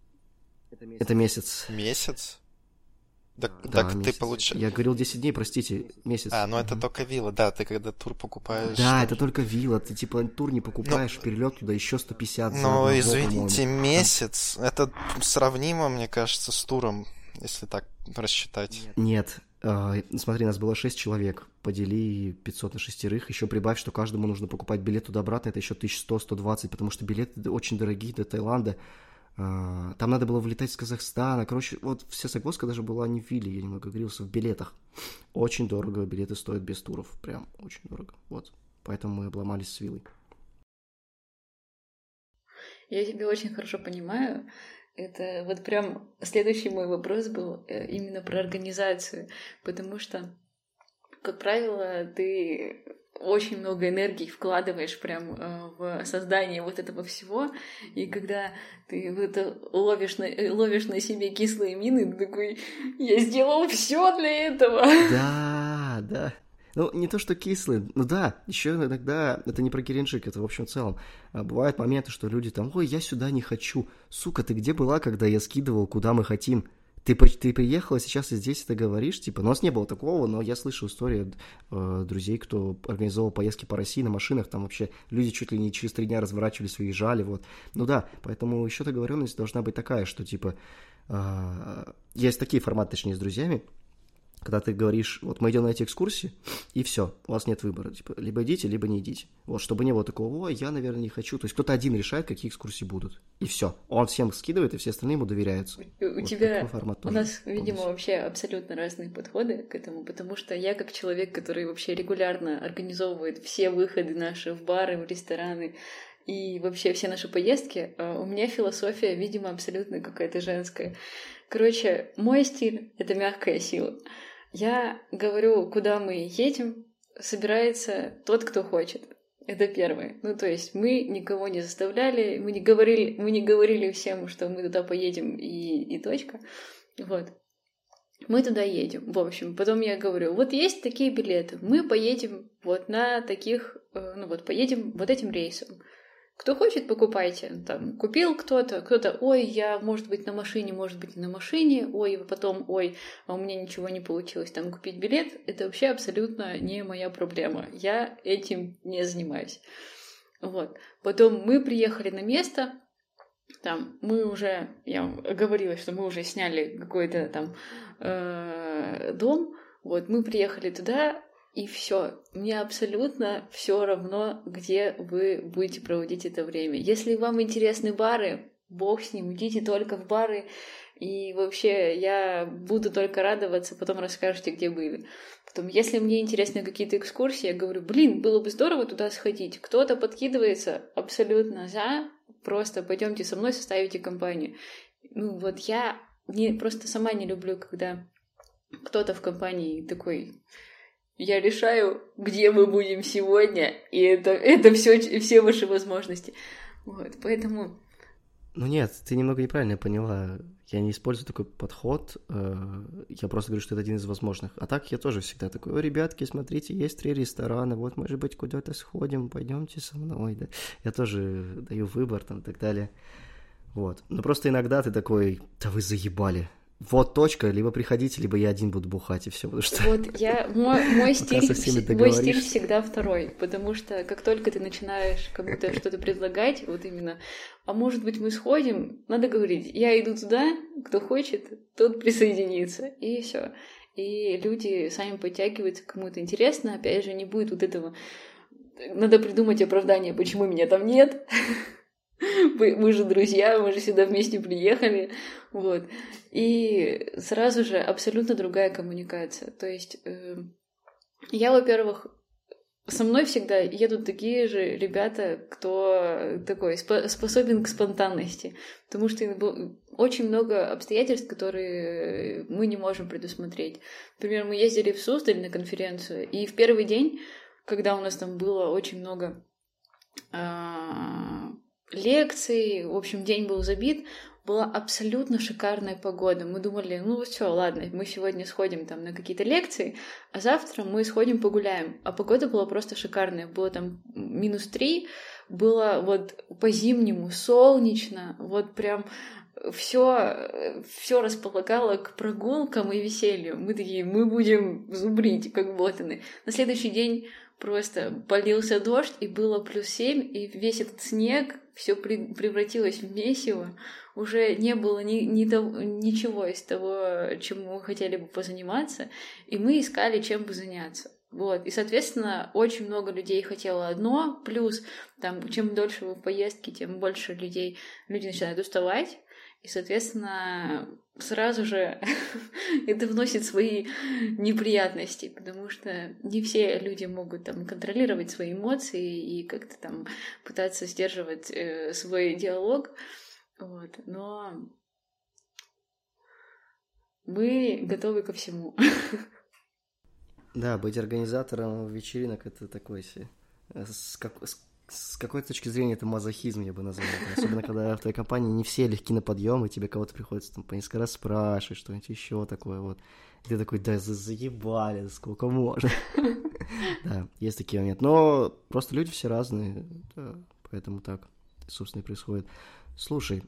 Это месяц. Месяц? Так ты получаешь... Я говорил 10 дней, простите, месяц. Это только вилла, да, ты когда тур покупаешь... Да, это только вилла, ты типа тур не покупаешь, перелет туда еще 150 за одного, извините, месяц, это сравнимо, мне кажется, с туром, если так рассчитать. Нет, смотри, нас было 6 человек, подели 500 на 6, еще прибавь, что каждому нужно покупать билет туда-обратно, это еще 1100-120, потому что билеты очень дорогие до Таиланда. Там надо было вылетать из Казахстана. Короче, вот вся загвоздка даже была не в вилле, я немного говорился в билетах. Очень дорого билеты стоят без туров. Прям очень дорого. Вот. Поэтому мы обломались с виллой. Я тебя очень хорошо понимаю. Это вот прям следующий мой вопрос был именно про организацию. Потому что, как правило, ты очень много энергии вкладываешь прям в создание вот этого всего, и когда ты вот это ловишь на себе кислые мины, ты такой, я сделал все для этого. Да. Ну, не то, что кислые, ну да, еще иногда, это не про Геленджик, это в общем целом. Бывают моменты, что люди там, ой, я сюда не хочу. Сука, ты где была, когда я скидывал, куда мы хотим? Ты приехала, сейчас и здесь это говоришь, типа, у нас не было такого, но я слышал истории друзей, кто организовал поездки по России на машинах, там вообще люди чуть ли не через 3 дня разворачивались, выезжали, вот. Ну да, поэтому еще договоренность должна быть такая, что, типа, есть такие форматы, точнее, с друзьями, когда ты говоришь, вот мы идем на эти экскурсии, и все, у вас нет выбора, типа, либо идите, либо не идите. Вот, чтобы не было такого, ой, я, наверное, не хочу. То есть кто-то один решает, какие экскурсии будут, и все. Он всем скидывает, и все остальные ему доверяются. У тебя, у нас, видимо, вообще абсолютно разные подходы к этому, потому что я как человек, который вообще регулярно организовывает все выходы наши в бары, в рестораны, и вообще все наши поездки, у меня философия, видимо, абсолютно какая-то женская. Короче, мой стиль — это мягкая сила. Я говорю, куда мы едем, собирается тот, кто хочет. Это первое. Ну, то есть мы никого не заставляли, мы не говорили всем, что мы туда поедем и точка. Вот. Мы туда едем. В общем, потом я говорю, вот есть такие билеты, мы поедем вот на таких, поедем вот этим рейсом. Кто хочет, покупайте. Там, купил кто-то, ой, я, может быть, на машине, может быть, не на машине, ой, потом, ой, а у меня ничего не получилось там купить билет. Это вообще абсолютно не моя проблема. Я этим не занимаюсь. Вот. Потом мы приехали на место, там, я говорила, что мы уже сняли какой-то там дом, вот, мы приехали туда, и все. Мне абсолютно все равно, где вы будете проводить это время. Если вам интересны бары, бог с ним, идите только в бары. И вообще я буду только радоваться, потом расскажете, где были. Потом, если мне интересны какие-то экскурсии, я говорю, было бы здорово туда сходить. Кто-то подкидывается абсолютно за, просто пойдемте со мной, составите компанию. Ну вот я просто сама не люблю, когда кто-то в компании такой... Я решаю, где мы будем сегодня, и это все ваши возможности. Вот, поэтому... Ну нет, ты немного неправильно поняла. Я не использую такой подход. Я просто говорю, что это один из возможных. А так я тоже всегда такой, ребятки, смотрите, есть 3 ресторана, вот, может быть, куда-то сходим, пойдемте со мной. Да. Я тоже даю выбор там и так далее. Вот. Но просто иногда ты такой, да вы заебали. Вот точка, либо приходите, либо я один буду бухать, и все. Вот мой стиль всегда второй, потому что как только ты начинаешь кому-то что-то предлагать, вот именно, а может быть мы сходим, надо говорить, я иду туда, кто хочет, тот присоединится, и все. И люди сами подтягиваются, кому-то интересно, опять же, не будет вот этого, надо придумать оправдание, почему меня там нет. Мы же друзья, мы же сюда вместе приехали, вот. И сразу же абсолютно другая коммуникация. То есть я, во-первых, со мной всегда едут такие же ребята, кто такой способен к спонтанности, потому что очень много обстоятельств, которые мы не можем предусмотреть. Например, мы ездили в Суздаль на конференцию, и в первый день, когда у нас там было очень много лекций, в общем, день был забит, была абсолютно шикарная погода. Мы думали, ну все, ладно, мы сегодня сходим там на какие-то лекции, а завтра мы сходим погуляем. А погода была просто шикарная. Было там -3, было вот по-зимнему солнечно, вот прям все располагало к прогулкам и веселью. Мы такие, мы будем зубрить, как ботаны. На следующий день просто полился дождь, и было +7, и весь этот снег, все превратилось в месиво. Уже не было ничего из того, чем мы хотели бы позаниматься, и мы искали, чем бы заняться. Вот. И, соответственно, очень много людей хотело одно, плюс там, чем дольше вы в поездке, тем больше люди начинают уставать, и, соответственно, сразу же это вносит свои неприятности, потому что не все люди могут там контролировать свои эмоции и как-то там пытаться сдерживать свой диалог, вот. Но мы готовы ко всему. Да, быть организатором вечеринок — это такой себе. С какой точки зрения это мазохизм, я бы назвал. Особенно, когда в твоей компании не все легки на подъем, и тебе кого-то приходится там по несколько раз спрашивать, что-нибудь еще такое вот. И ты такой, да заебали, сколько можно. Да, есть такие моменты. Но просто люди все разные, поэтому так, собственно, и происходит. Слушай,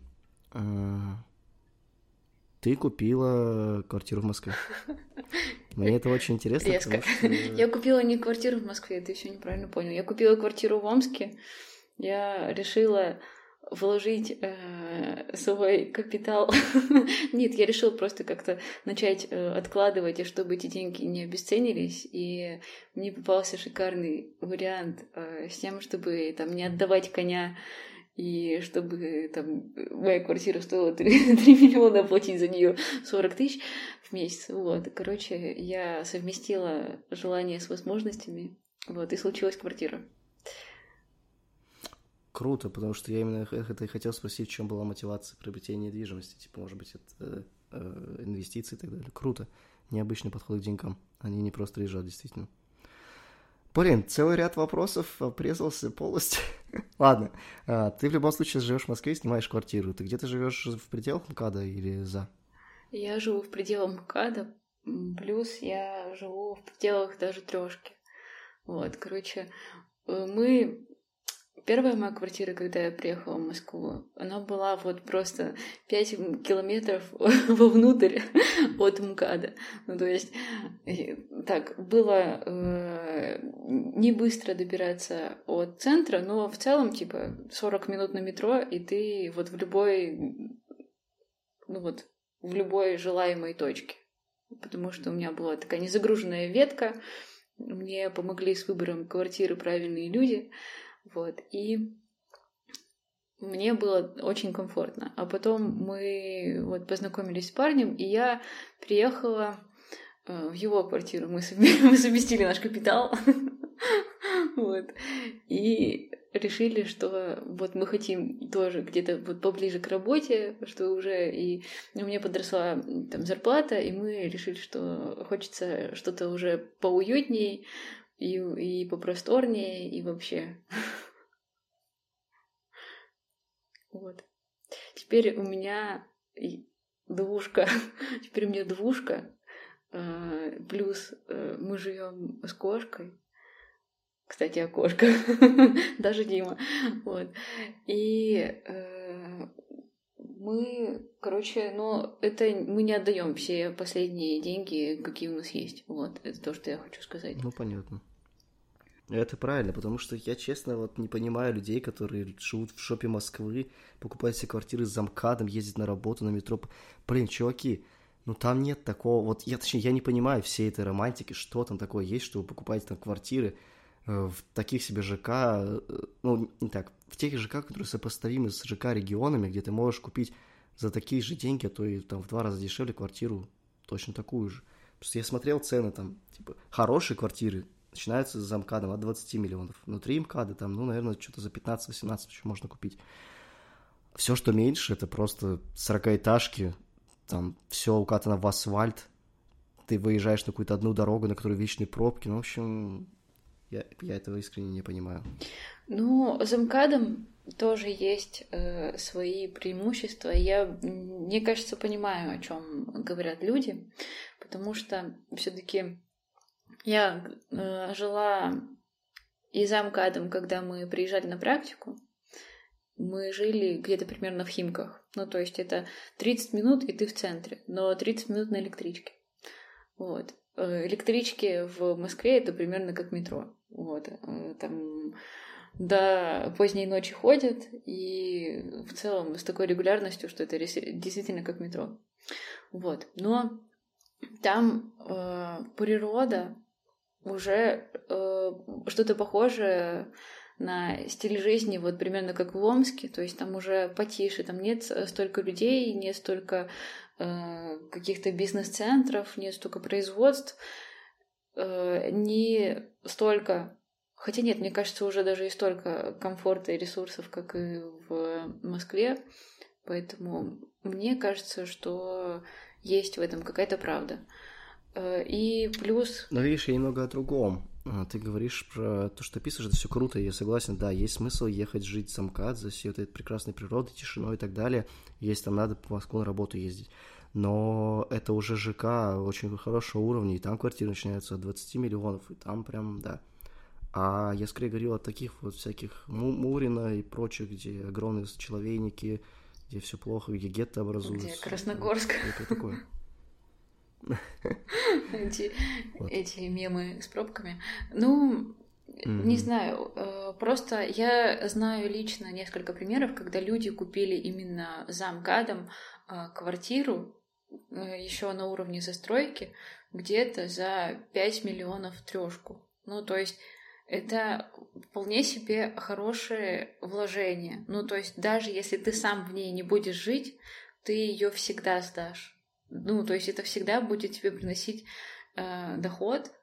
ты купила квартиру в Москве. Мне это очень интересно. Резко. Я купила не квартиру в Москве, ты еще неправильно понял. Я купила квартиру в Омске. Я решила вложить свой капитал. Нет, я решила просто как-то начать откладывать, и чтобы эти деньги не обесценились. И мне попался шикарный вариант с тем, чтобы там не отдавать коня, и чтобы там моя квартира стоила 3 миллиона, оплатить за нее 40 тысяч в месяц. Вот. Короче, я совместила желание с возможностями, вот, и случилась квартира. круто, потому что я именно это и хотел спросить, в чем была мотивация приобретения недвижимости. Типа, может быть, это инвестиции и так далее. Круто. Необычный подход к деньгам. Они не просто лежат, действительно. Блин, целый ряд вопросов обрезался полностью. Ладно, ты в любом случае живешь в Москве, снимаешь квартиру. Ты где-то живешь в пределах МКАДа или за? Я живу в пределах МКАДа, плюс я живу в пределах даже трешки. Вот, короче, Первая моя квартира, когда я приехала в Москву, она была вот просто 5 километров вовнутрь от МКАДа. Ну, то есть, так, было не быстро добираться от центра, но в целом, типа, 40 минут на метро, и ты вот в любой желаемой точке. Потому что у меня была такая незагруженная ветка, мне помогли с выбором квартиры правильные люди, вот, и мне было очень комфортно. А потом мы вот познакомились с парнем, и я приехала в его квартиру. Мы совместили наш капитал. Вот. И решили, что вот мы хотим тоже где-то вот поближе к работе, что уже и мне подросла там зарплата, и мы решили, что хочется что-то уже поуютней и попросторнее, и вообще. Вот. Теперь у меня двушка. Теперь у меня двушка. Плюс мы живем с кошкой. Кстати, о кошках. Даже Дима. Вот. И мы, короче, это мы не отдаем все последние деньги, какие у нас есть. Вот. Это то, что я хочу сказать. Ну, понятно. Это правильно, потому что я, честно, вот не понимаю людей, которые живут в шопе Москвы, покупают себе квартиры с МКАДом, ездят на работу, на метро. Блин, чуваки, ну там нет такого... Вот я не понимаю всей этой романтики, что там такое есть, что вы покупаете там квартиры в таких себе ЖК, ну, не так, в тех ЖК, которые сопоставимы с ЖК регионами, где ты можешь купить за такие же деньги, а то и там в 2 раза дешевле квартиру точно такую же. Потому что я смотрел цены там, типа, хорошие квартиры начинаются за МКАДом от 20 миллионов. Внутри МКАДа там, ну, наверное, что-то за 15-18 еще можно купить. Все, что меньше, это просто 40-этажки, там все укатано в асфальт, ты выезжаешь на какую-то одну дорогу, на которой вечные пробки, ну, в общем, я этого искренне не понимаю. Ну, за МКАДом тоже есть свои преимущества. Я, мне кажется, понимаю, о чем говорят люди, потому что все-таки я жила и за МКАДом, когда мы приезжали на практику, мы жили где-то примерно в Химках. Ну, то есть это 30 минут, и ты в центре, но 30 минут на электричке. Вот. Электрички в Москве — это примерно как метро. Вот. Там до поздней ночи ходят, и в целом с такой регулярностью, что это действительно как метро. Вот. Но там природа уже что-то похожее на стиль жизни, вот примерно как в Омске, то есть там уже потише, там нет столько людей, нет столько каких-то бизнес-центров, нет столько производств, не столько, хотя нет, мне кажется, уже даже и столько комфорта и ресурсов, как и в Москве, поэтому мне кажется, что есть в этом какая-то правда. И плюс... Но видишь, я немного о другом. Ты говоришь про то, что пишешь, это все круто, и я согласен, да, есть смысл ехать жить в МКАД за всей этой прекрасной природой, тишиной и так далее, если там надо по Москву на работу ездить. Но это уже ЖК очень хорошего уровня, и там квартиры начинаются от 20 миллионов, и там прям, да. А я скорее говорил о таких вот всяких Мурино и прочих, где огромные человейники, где все плохо, где гетто образуются. Где Красногорск. Это такое. Эти мемы с пробками. Ну, не знаю. Просто я знаю лично несколько примеров, когда люди купили именно за МКАДом квартиру еще на уровне застройки где-то за 5 миллионов трешку. Ну, то есть это вполне себе хорошее вложение. Ну, то есть даже если ты сам в ней не будешь жить, ты ее всегда сдашь. Ну, то есть это всегда будет тебе приносить доход,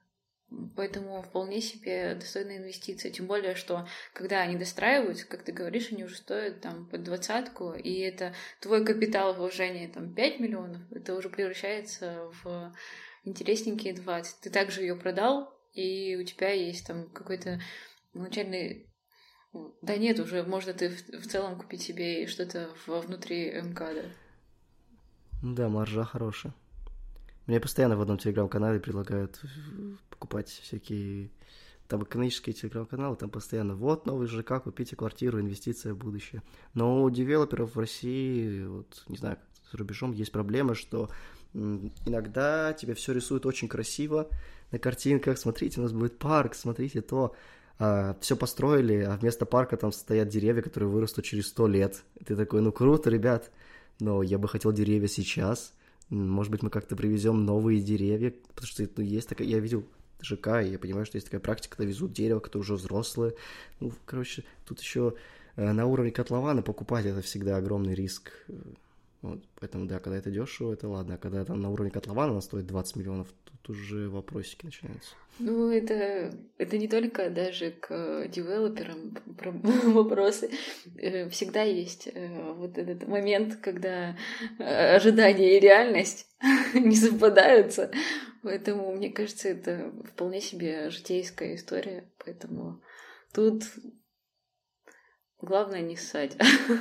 Поэтому вполне себе достойная инвестиция. Тем более, что когда они достраиваются, как ты говоришь, они уже стоят там под 20-ку, и это твой капитал вложения там 5 миллионов, это уже превращается в интересненькие 20. Ты также ее продал, и у тебя есть там какой-то начальный... Да нет, уже можно ты в целом купить себе что-то внутри МКАДа. Да, маржа хорошая. Мне постоянно в одном телеграм-канале предлагают покупать всякие там экономические телеграм-каналы, там постоянно вот новый ЖК, купите квартиру, инвестиция в будущее. Но у девелоперов в России, вот не знаю, за рубежом есть проблема, что иногда тебе все рисуют очень красиво на картинках, смотрите, у нас будет парк, смотрите то, все построили, а вместо парка там стоят деревья, которые вырастут через 100 лет. И ты такой, ну круто, ребят, но я бы хотел деревья сейчас. Может быть, мы как-то привезем новые деревья, потому что ну, есть такая... Я видел ЖК, и я понимаю, что есть такая практика, когда везут дерево, которое уже взрослое. Ну, короче, тут еще на уровне котлована покупать это всегда огромный риск. Вот, поэтому, да, когда это дешево, это ладно. А когда там на уровне котлована она стоит 20 миллионов, тут уже вопросики начинаются. Ну, это не только даже к девелоперам вопросы. Всегда есть вот этот момент, когда ожидание и реальность не совпадаются. Поэтому, мне кажется, это вполне себе житейская история. Поэтому тут главное не ссать.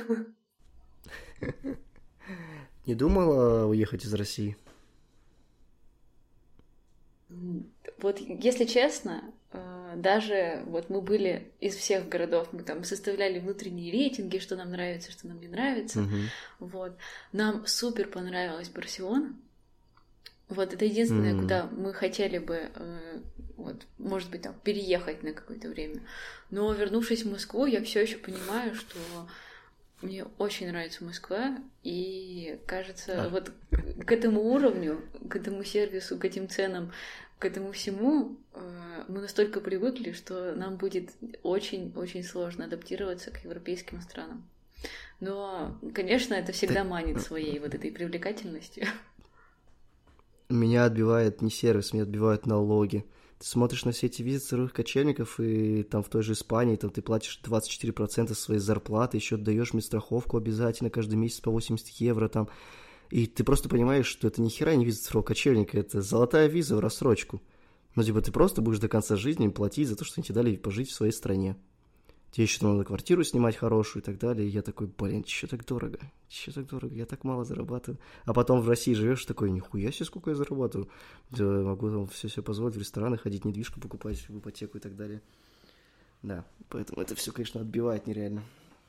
Не думала уехать из России? Вот, если честно, даже вот мы были из всех городов, мы там составляли внутренние рейтинги, что нам нравится, что нам не нравится. Вот. Нам супер понравилась Барселона. Вот это единственное, куда мы хотели бы, вот, может быть, там, переехать на какое-то время. Но вернувшись в Москву, я все еще понимаю, что мне очень нравится Москва, и кажется, вот к этому уровню, к этому сервису, к этим ценам, к этому всему мы настолько привыкли, что нам будет очень-очень сложно адаптироваться к европейским странам. Но, конечно, это всегда манит своей вот этой привлекательностью. Меня отбивает не сервис, меня отбивают налоги. Ты смотришь на все эти визы цифровых кочевников, и там в той же Испании там ты платишь 24% своей зарплаты, еще даешь мне страховку обязательно каждый месяц по 80 евро там. И ты просто понимаешь, что это ни хера не виза цифрового кочевника, это золотая виза в рассрочку. Ну, типа, ты просто будешь до конца жизни платить за то, что они тебе дали пожить в своей стране. Тебе еще надо квартиру снимать хорошую и так далее. И я такой, блин, чё так дорого? Чё так дорого? Я так мало зарабатываю. А потом в России живешь такой, нихуя себе, сколько я зарабатываю. Да, могу там все позволить в рестораны ходить, недвижку покупать, в ипотеку и так далее. Да, поэтому это все, конечно, отбивает нереально.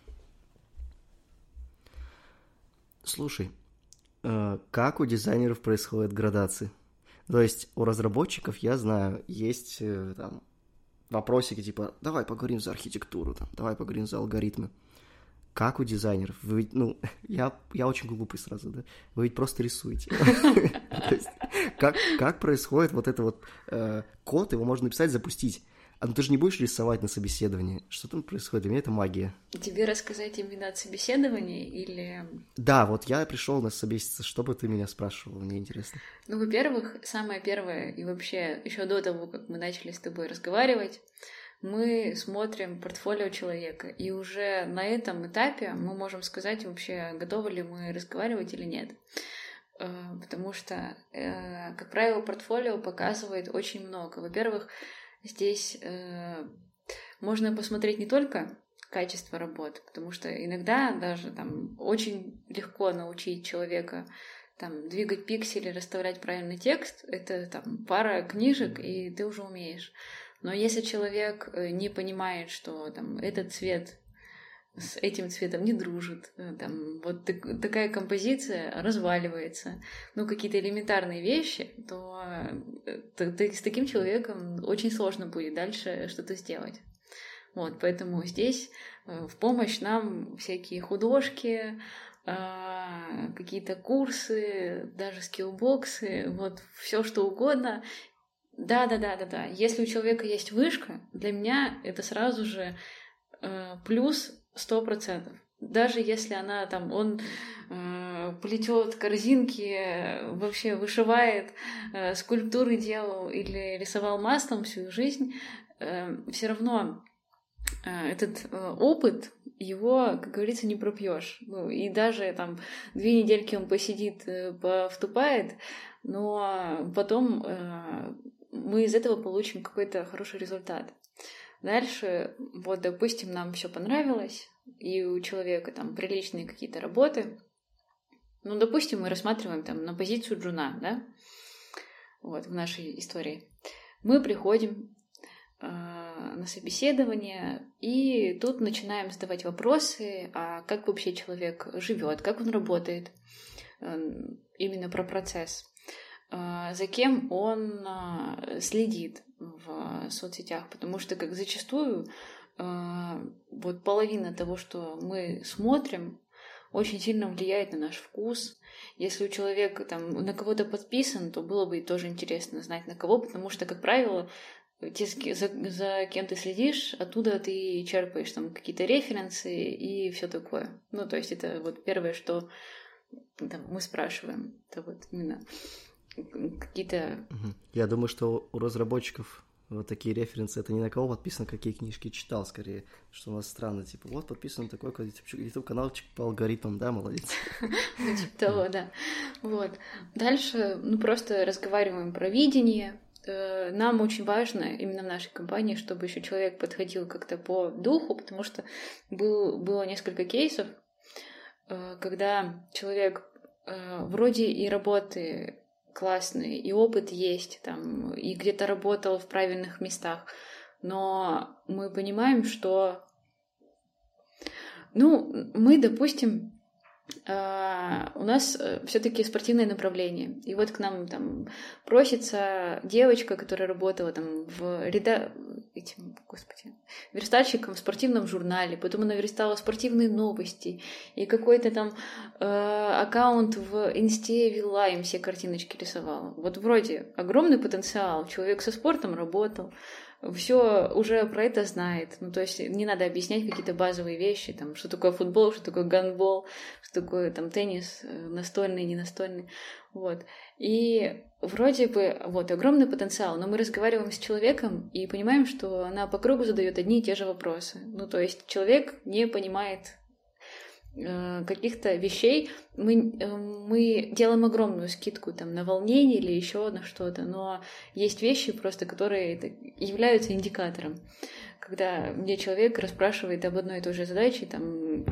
Слушай, как у дизайнеров происходят градации? То есть у разработчиков, я знаю, есть там вопросики типа «давай поговорим за архитектуру», там, «давай поговорим за алгоритмы». Как у дизайнеров? Вы ведь, ну, я очень глупый сразу, да? Вы ведь просто рисуете. Как происходит вот это вот код, его можно написать, запустить. А ну ты же не будешь рисовать на собеседовании. Что там происходит? Для меня это магия. Тебе рассказать именно от собеседования или... Да, вот я пришел на собеседование. Что бы ты меня спрашивал? Мне интересно. Ну, во-первых, самое первое, и вообще еще до того, как мы начали с тобой разговаривать, мы смотрим портфолио человека, и уже на этом этапе мы можем сказать вообще, готовы ли мы разговаривать или нет. Потому что, как правило, портфолио показывает очень много. Во-первых, здесь можно посмотреть не только качество работ, потому что иногда даже там очень легко научить человека там двигать пиксели, расставлять правильный текст, это там пара книжек, и ты уже умеешь. Но если человек не понимает, что там этот цвет с этим цветом не дружит, там вот такая композиция разваливается, ну какие-то элементарные вещи, то с таким человеком очень сложно будет дальше что-то сделать. Вот, поэтому здесь в помощь нам всякие художки, какие-то курсы, даже скиллбоксы, вот все что угодно. Да. Если у человека есть вышка, для меня это сразу же плюс 100%. даже если она там, он плетет корзинки, вообще вышивает, скульптуры делал или рисовал маслом всю жизнь, все равно этот опыт, его, как говорится, не пропьешь. Ну, и даже там 2 недельки он посидит, повтупает, но потом мы из этого получим какой-то хороший результат. Дальше, вот, допустим, нам все понравилось, и у человека там приличные какие-то работы. Ну, допустим, мы рассматриваем там на позицию джуна, да, вот, в нашей истории. Мы приходим на собеседование, и тут начинаем задавать вопросы, а как вообще человек живет, как он работает, именно про процесс, за кем он следит в соцсетях, потому что как зачастую вот половина того, что мы смотрим, очень сильно влияет на наш вкус. Если у человека там на кого-то подписан, то было бы тоже интересно знать на кого, потому что, как правило, за кем ты следишь, оттуда ты черпаешь там какие-то референсы и все такое. Ну, то есть это вот первое, что там, мы спрашиваем. Это вот именно какие-то... Я думаю, что у разработчиков вот такие референсы, это не на кого подписано, какие книжки читал, скорее, что у нас странно, типа, вот подписан такой YouTube-каналчик по алгоритмам, да, молодец. Типа того, да. Вот. Дальше, ну, просто разговариваем про видение. Нам очень важно именно в нашей компании, чтобы еще человек подходил как-то по духу, потому что было несколько кейсов, когда человек вроде и работы классные, и опыт есть, там, и где-то работал в правильных местах, но мы понимаем, что, ну, мы, допустим, у нас все-таки спортивное направление. И вот к нам там просится девочка, которая работала там верстальщиком в спортивном журнале, потом она верстала спортивные новости, и какой-то там аккаунт в инсте вела, им все картиночки рисовала. Вот вроде огромный потенциал, человек со спортом работал, все уже про это знает. Ну, то есть не надо объяснять какие-то базовые вещи, там, что такое футбол, что такое гандбол, что такое там теннис, настольный, не настольный. Вот. И вроде бы вот огромный потенциал, но мы разговариваем с человеком и понимаем, что она по кругу задает одни и те же вопросы. Ну, то есть человек не понимает каких-то вещей, мы делаем огромную скидку там на волнение или еще на что-то, но есть вещи просто, которые являются индикатором. Когда мне человек расспрашивает об одной и той же задаче, там,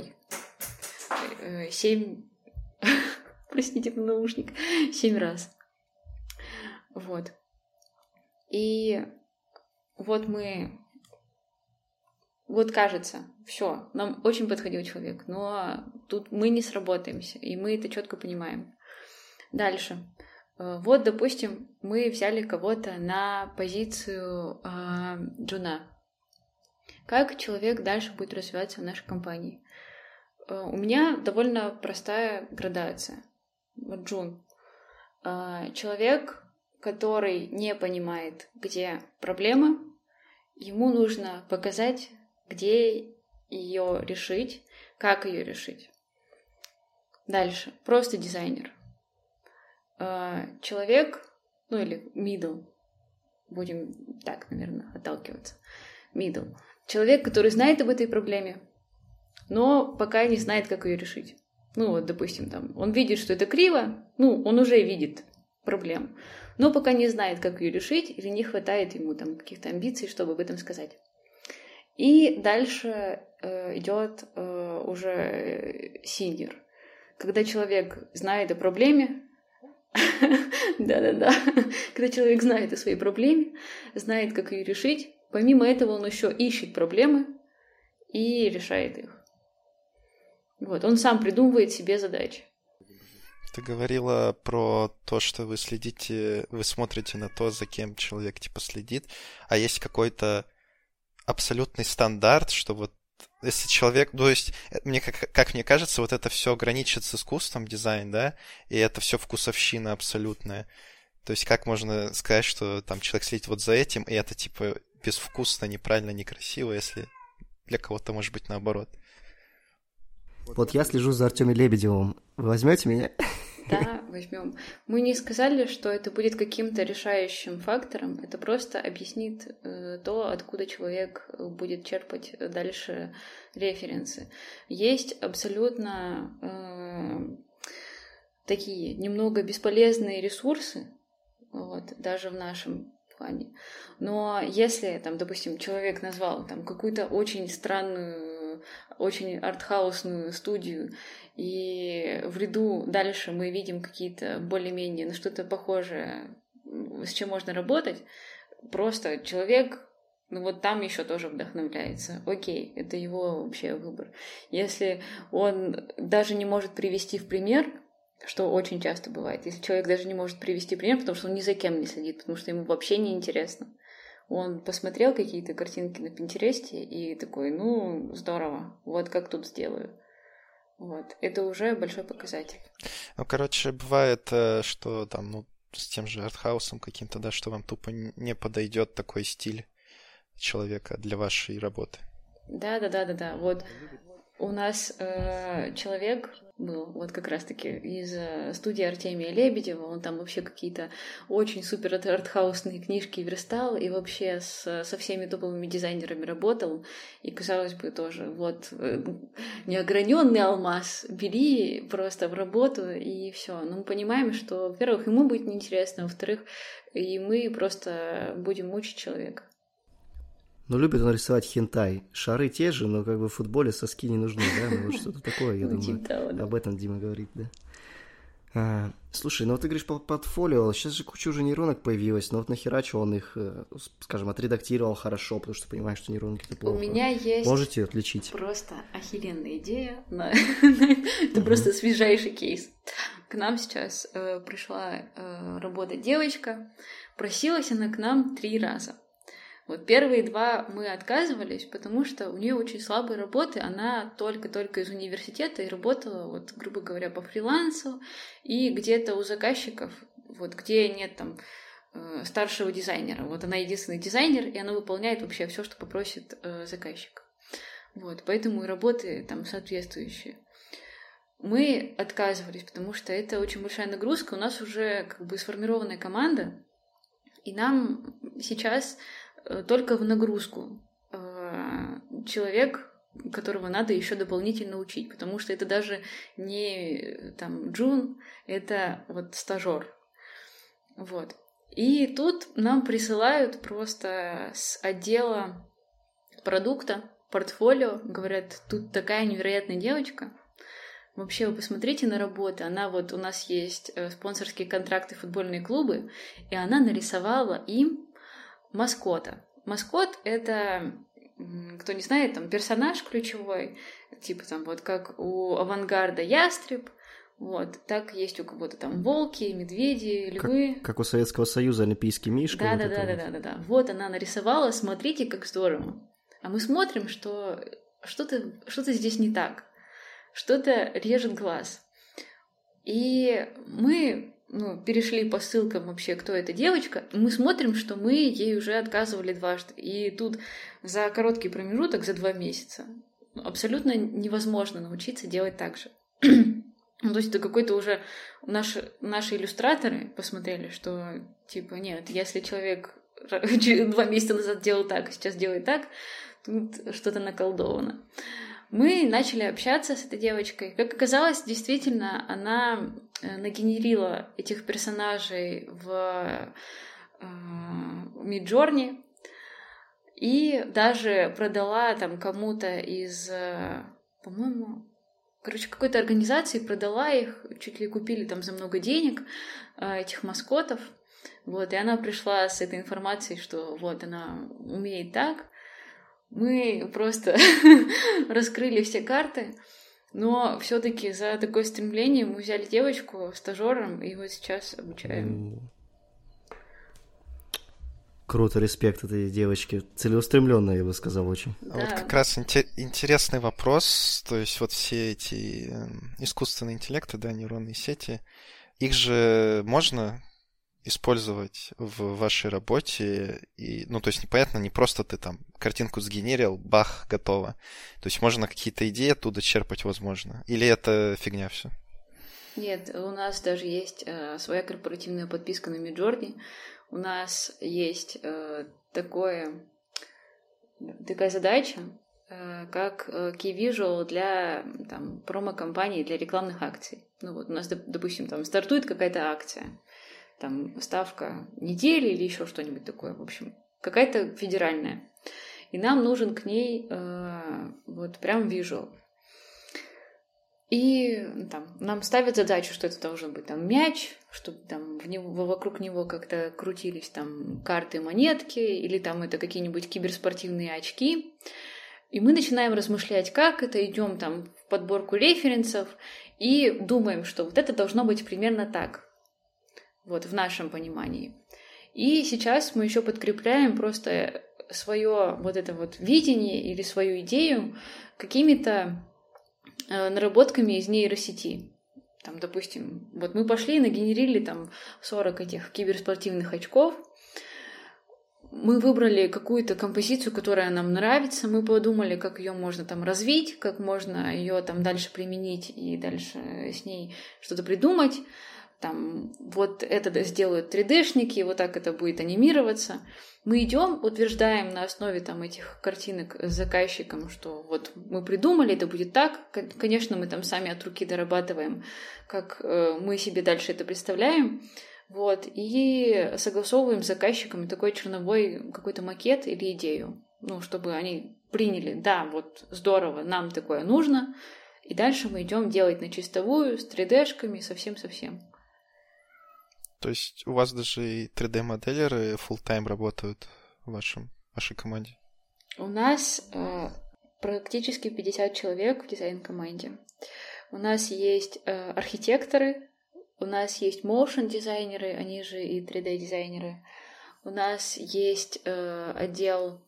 7, простите, наушник, 7 раз. Вот. И вот мы... Вот кажется, все, нам очень подходил человек, но тут мы не сработаемся, и мы это четко понимаем. Дальше. Вот, допустим, мы взяли кого-то на позицию джуна. Как человек дальше будет развиваться в нашей компании? У меня довольно простая градация. Вот джун. Человек, который не понимает, где проблема, ему нужно показать, где ее решить, как ее решить. Дальше. Просто дизайнер. Человек, ну или middle, будем так, наверное, отталкиваться. Middle. Человек, который знает об этой проблеме, но пока не знает, как ее решить. Ну вот, допустим, там, он видит, что это криво, ну, он уже видит проблему, но пока не знает, как ее решить, или не хватает ему там каких-то амбиций, чтобы об этом сказать. И дальше идет уже синьор. Когда человек знает о проблеме, да-да-да, когда человек знает о своей проблеме, знает, как ее решить, помимо этого он еще ищет проблемы и решает их. Вот, он сам придумывает себе задачи. Ты говорила про то, что вы смотрите на то, за кем человек типа следит, а есть какой-то абсолютный стандарт, что вот если человек, то есть, как мне кажется, вот это все граничит с искусством, дизайн, да, и это все вкусовщина абсолютная. То есть как можно сказать, что там человек следит вот за этим, и это типа безвкусно, неправильно, некрасиво, если для кого-то может быть наоборот. Вот я слежу за Артемом Лебедевым. Вы возьмете меня? Да, возьмем. Мы не сказали, что это будет каким-то решающим фактором. Это просто объяснит то, откуда человек будет черпать дальше референсы. Есть абсолютно такие немного бесполезные ресурсы, вот, даже в нашем плане. Но если, там, допустим, человек назвал там какую-то очень странную, очень артхаусную студию, и в ряду дальше мы видим какие-то более-менее, ну, что-то похожее, с чем можно работать, просто человек, ну, вот там еще тоже вдохновляется. Окей, это его вообще выбор. Если он даже не может привести в пример, что очень часто бывает, если человек даже не может привести пример, потому что он ни за кем не следит, потому что ему вообще не интересно. Он посмотрел какие-то картинки на Пинтересте и такой, ну, здорово, вот как тут сделаю. Вот. Это уже большой показатель. Ну, короче, бывает, что там, ну, с тем же артхаусом каким-то, да, что вам тупо не подойдет такой стиль человека для вашей работы. Да. Вот у нас человек был вот как раз-таки из студии Артемия Лебедева, он там вообще какие-то очень супер артхаусные книжки верстал и вообще со всеми топовыми дизайнерами работал, и, казалось бы, тоже вот неограненный алмаз, бери просто в работу и все. Но мы понимаем, что, во-первых, ему будет неинтересно, во-вторых, и мы просто будем мучить человека. Ну, любит он рисовать хентай. Шары те же, но как бы в футболе соски не нужны, да? Ну, вот что-то такое, я думаю. Об этом Дима говорит, да. Слушай, ну вот ты говоришь по портфолио, сейчас же куча уже нейронок появилась, но вот нахера что он их, скажем, отредактировал хорошо, потому что понимаешь, что нейронки это плохо. У меня есть... Можете отличить? Просто охеренная идея. Это просто свежайший кейс. К нам сейчас пришла работать девочка, просилась она к нам 3 раза. Вот первые 2 мы отказывались, потому что у нее очень слабые работы, она только-только из университета и работала, вот, грубо говоря, по фрилансу и где-то у заказчиков, вот, где нет там старшего дизайнера. Вот она единственный дизайнер, и она выполняет вообще все, что попросит заказчик. Вот, поэтому и работы там соответствующие. Мы отказывались, потому что это очень большая нагрузка, у нас уже как бы сформированная команда, и нам сейчас только в нагрузку человек, которого надо еще дополнительно учить, потому что это даже не там джун, это вот стажер. Вот. И тут нам присылают просто с отдела продукта, портфолио, говорят, тут такая невероятная девочка. Вообще, вы посмотрите на работу. Она вот, у нас есть спонсорские контракты, футбольные клубы, и она нарисовала им маскота. Маскот — это, кто не знает, там персонаж ключевой, типа там вот как у авангарда ястреб, вот, так есть у кого-то там волки, медведи, львы. Как у Советского Союза олимпийский мишка. Да. Вот она нарисовала, смотрите, как здорово. А мы смотрим, что что-то здесь не так, что-то режет глаз. И мы перешли по ссылкам вообще, кто эта девочка, мы смотрим, что мы ей уже отказывали 2 раза. И тут за короткий промежуток, за 2 месяца, абсолютно невозможно научиться делать так же. То есть это какой-то уже... Наши иллюстраторы посмотрели, что, типа, нет, если человек 2 месяца назад делал так, а сейчас делает так, тут что-то наколдовано. Мы начали общаться с этой девочкой. Как оказалось, действительно, она нагенерила этих персонажей в Midjourney и даже продала там кому-то из, по-моему, какой-то организации, продала их, чуть ли купили там за много денег этих маскотов. Вот, и она пришла с этой информацией, что вот она умеет так. Мы просто раскрыли все карты, но все-таки за такое стремление мы взяли девочку стажером и вот сейчас обучаем. Круто, респект этой девочке. Целеустремленная, я бы сказал, очень. Да. Вот как раз интересный вопрос. То есть вот все эти искусственные интеллекты, да, нейронные сети, их же можно использовать в вашей работе. И, ну, то есть, непонятно, не просто ты там картинку сгенерил, бах, готово. То есть можно какие-то идеи оттуда черпать, возможно. Или это фигня все? Нет, у нас даже есть своя корпоративная подписка на Midjourney. У нас есть такая задача, как key visual для там, промо-компаний, для рекламных акций. Ну вот у нас, допустим, там стартует какая-то акция, там ставка недели или еще что-нибудь такое, в общем, какая-то федеральная. И нам нужен к ней вот прям visual. И там, нам ставят задачу, что это должен быть там мяч, чтобы там вокруг него как-то крутились там карты, монетки, или там это какие-нибудь киберспортивные очки. И мы начинаем размышлять, как это, идем там в подборку референсов и думаем, что вот это должно быть примерно так, вот в нашем понимании. И сейчас мы еще подкрепляем просто свое вот это вот видение или свою идею какими-то наработками из нейросети. Там, допустим, вот мы пошли и нагенерили там 40 этих киберспортивных очков. Мы выбрали какую-то композицию, которая нам нравится. Мы подумали, как ее можно там развить, как можно ее там дальше применить и дальше с ней что-то придумать. Там вот это сделают 3D-шники, вот так это будет анимироваться. Мы идем, утверждаем на основе там этих картинок с заказчиком, что вот мы придумали, это будет так. Конечно, мы там сами от руки дорабатываем, как мы себе дальше это представляем. Вот, и согласовываем с заказчиком такой черновой какой-то макет или идею, ну, чтобы они приняли, да, вот здорово, нам такое нужно. И дальше мы идем делать на чистовую, с 3D-шками, совсем-совсем. То есть у вас даже и 3D-моделеры full-time работают в вашей команде? У нас практически 50 человек в дизайн-команде. У нас есть архитекторы, у нас есть motion-дизайнеры, они же и 3D-дизайнеры. У нас есть отдел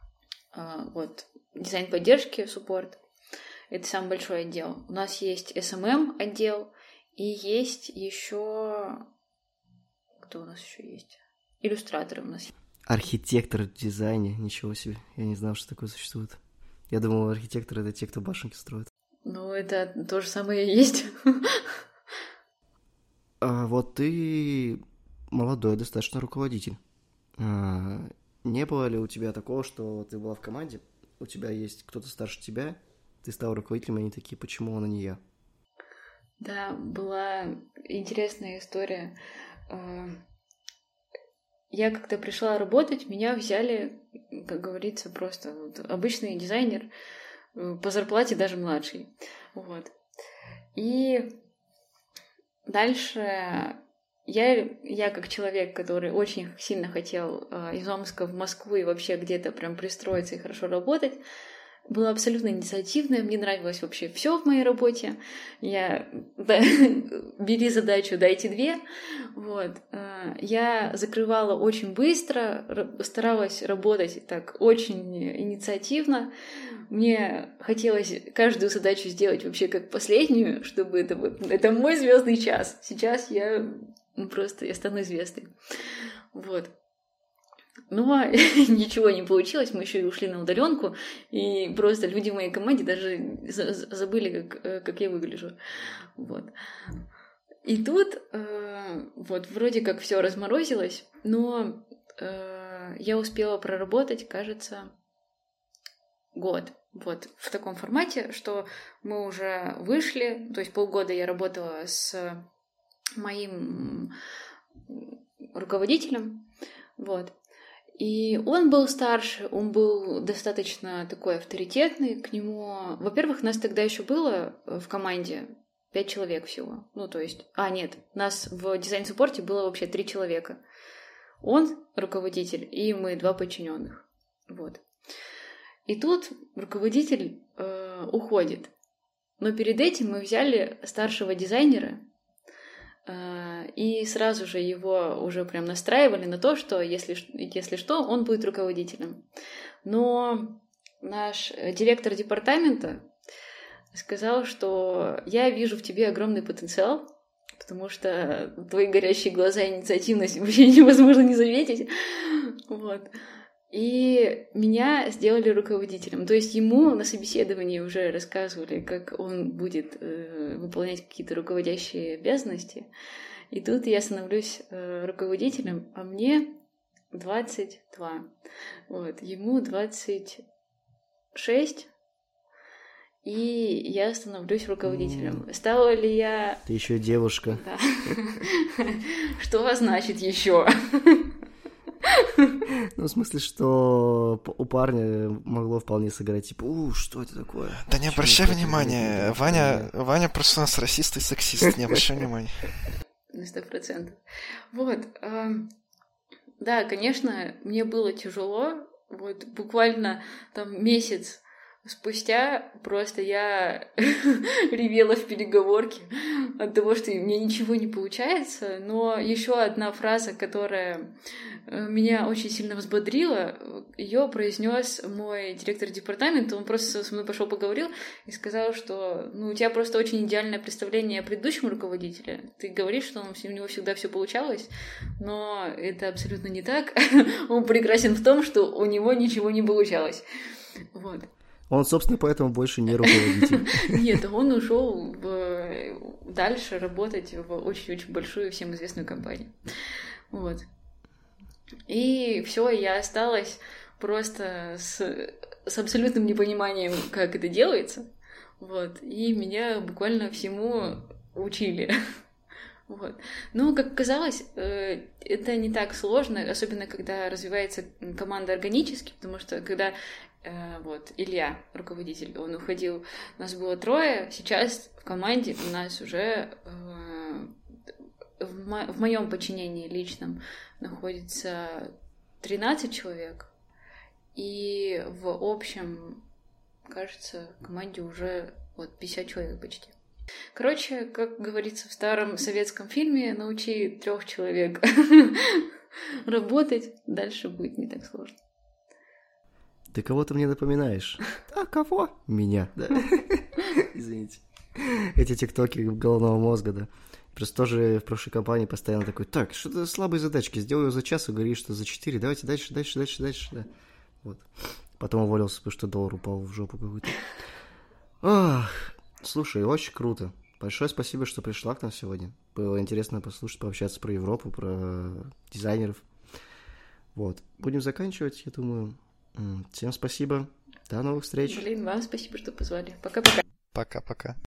вот, дизайн-поддержки, суппорт. Это самый большой отдел. У нас есть SMM-отдел, и есть еще... Кто у нас еще есть? Иллюстраторы у нас есть. Архитектор в дизайне, ничего себе. Я не знал, что такое существует. Я думал, архитекторы — это те, кто башенки строят. Ну, это то же самое и есть. Вот ты молодой достаточно руководитель. Не было ли у тебя такого, что ты была в команде, у тебя есть кто-то старше тебя, ты стал руководителем, и они такие, почему он, а не я? Да, была интересная история. Я когда пришла работать, меня взяли, как говорится, просто вот, обычный дизайнер, по зарплате даже младший. Вот. И дальше я как человек, который очень сильно хотел из Омска в Москву и вообще где-то прям пристроиться и хорошо работать, была абсолютно инициативная, мне нравилось вообще все в моей работе. Бери задачу, дайте 2. Вот. Я закрывала очень быстро, старалась работать так очень инициативно. Мне хотелось каждую задачу сделать вообще как последнюю, чтобы это мой звездный час. Сейчас я стану известной. Вот. Но ничего не получилось, мы еще и ушли на удаленку, и просто люди в моей команде даже забыли, как я выгляжу. Вот. И тут вот вроде как все разморозилось, но я успела проработать, кажется, год. Вот в таком формате, что мы уже вышли, то есть полгода я работала с моим руководителем, вот. И он был старше, он был достаточно такой авторитетный, к нему... Во-первых, нас тогда еще было в команде 5 человек всего. Ну, то есть... нет, нас в дизайн-суппорте было вообще 3 человека. Он руководитель, и мы 2 подчиненных. Вот. И тут руководитель уходит. Но перед этим мы взяли старшего дизайнера, и сразу же его уже прям настраивали на то, что если что, он будет руководителем. Но наш директор департамента сказал, что я вижу в тебе огромный потенциал, потому что твои горящие глаза и инициативность вообще невозможно не заметить. Вот. И меня сделали руководителем. То есть ему на собеседовании уже рассказывали, как он будет выполнять какие-то руководящие обязанности. И тут я становлюсь руководителем, а мне 22. Вот. Ему 26. И я становлюсь руководителем. Стала ли я... Ты еще девушка. Да. Что значит еще? Ну, в смысле, что у парня могло вполне сыграть, типа, что это такое? Да не обращай внимания, Ваня просто у нас расист и сексист, не обращай внимания. На 100%. Вот. Да, конечно, мне было тяжело. Вот буквально там месяц спустя просто я ревела в переговорке от того, что у меня ничего не получается. Но еще одна фраза, которая меня очень сильно взбодрила, ее произнес мой директор департамента. Он просто со мной пошел поговорил и сказал, что у тебя просто очень идеальное представление о предыдущем руководителе. Ты говоришь, что у него всегда все получалось, но это абсолютно не так. Он прекрасен в том, что у него ничего не получалось. Вот. Он, собственно, поэтому больше не руководитель. Нет, он ушел дальше работать в очень-очень большую, всем известную компанию. Вот. И все, я осталась просто с абсолютным непониманием, как это делается. Вот. И меня буквально всему учили. Вот. Но, как оказалось, это не так сложно, особенно когда развивается команда органически, потому что когда вот Илья, руководитель, он уходил, у нас было 3, сейчас в команде у нас уже в моем подчинении личном находится 13 человек, и в общем, кажется, в команде уже 50 человек почти. Короче, как говорится в старом советском фильме, научи 3 человек работать, дальше будет не так сложно. Ты кого-то мне напоминаешь. А кого? Меня, да. Извините. Эти тиктоки головного мозга, да. Просто тоже в прошлой компании постоянно такой, так, что-то слабые задачки, сделаю ее за час и говоришь, что за 4, давайте дальше, да. Вот. Потом уволился, потому что доллар упал в жопу какую-то. Ах, слушай, очень круто. Большое спасибо, что пришла к нам сегодня. Было интересно послушать, пообщаться про Европу, про дизайнеров. Вот. Будем заканчивать, я думаю. Всем спасибо. До новых встреч. Блин, вам спасибо, что позвали. Пока-пока. Пока-пока.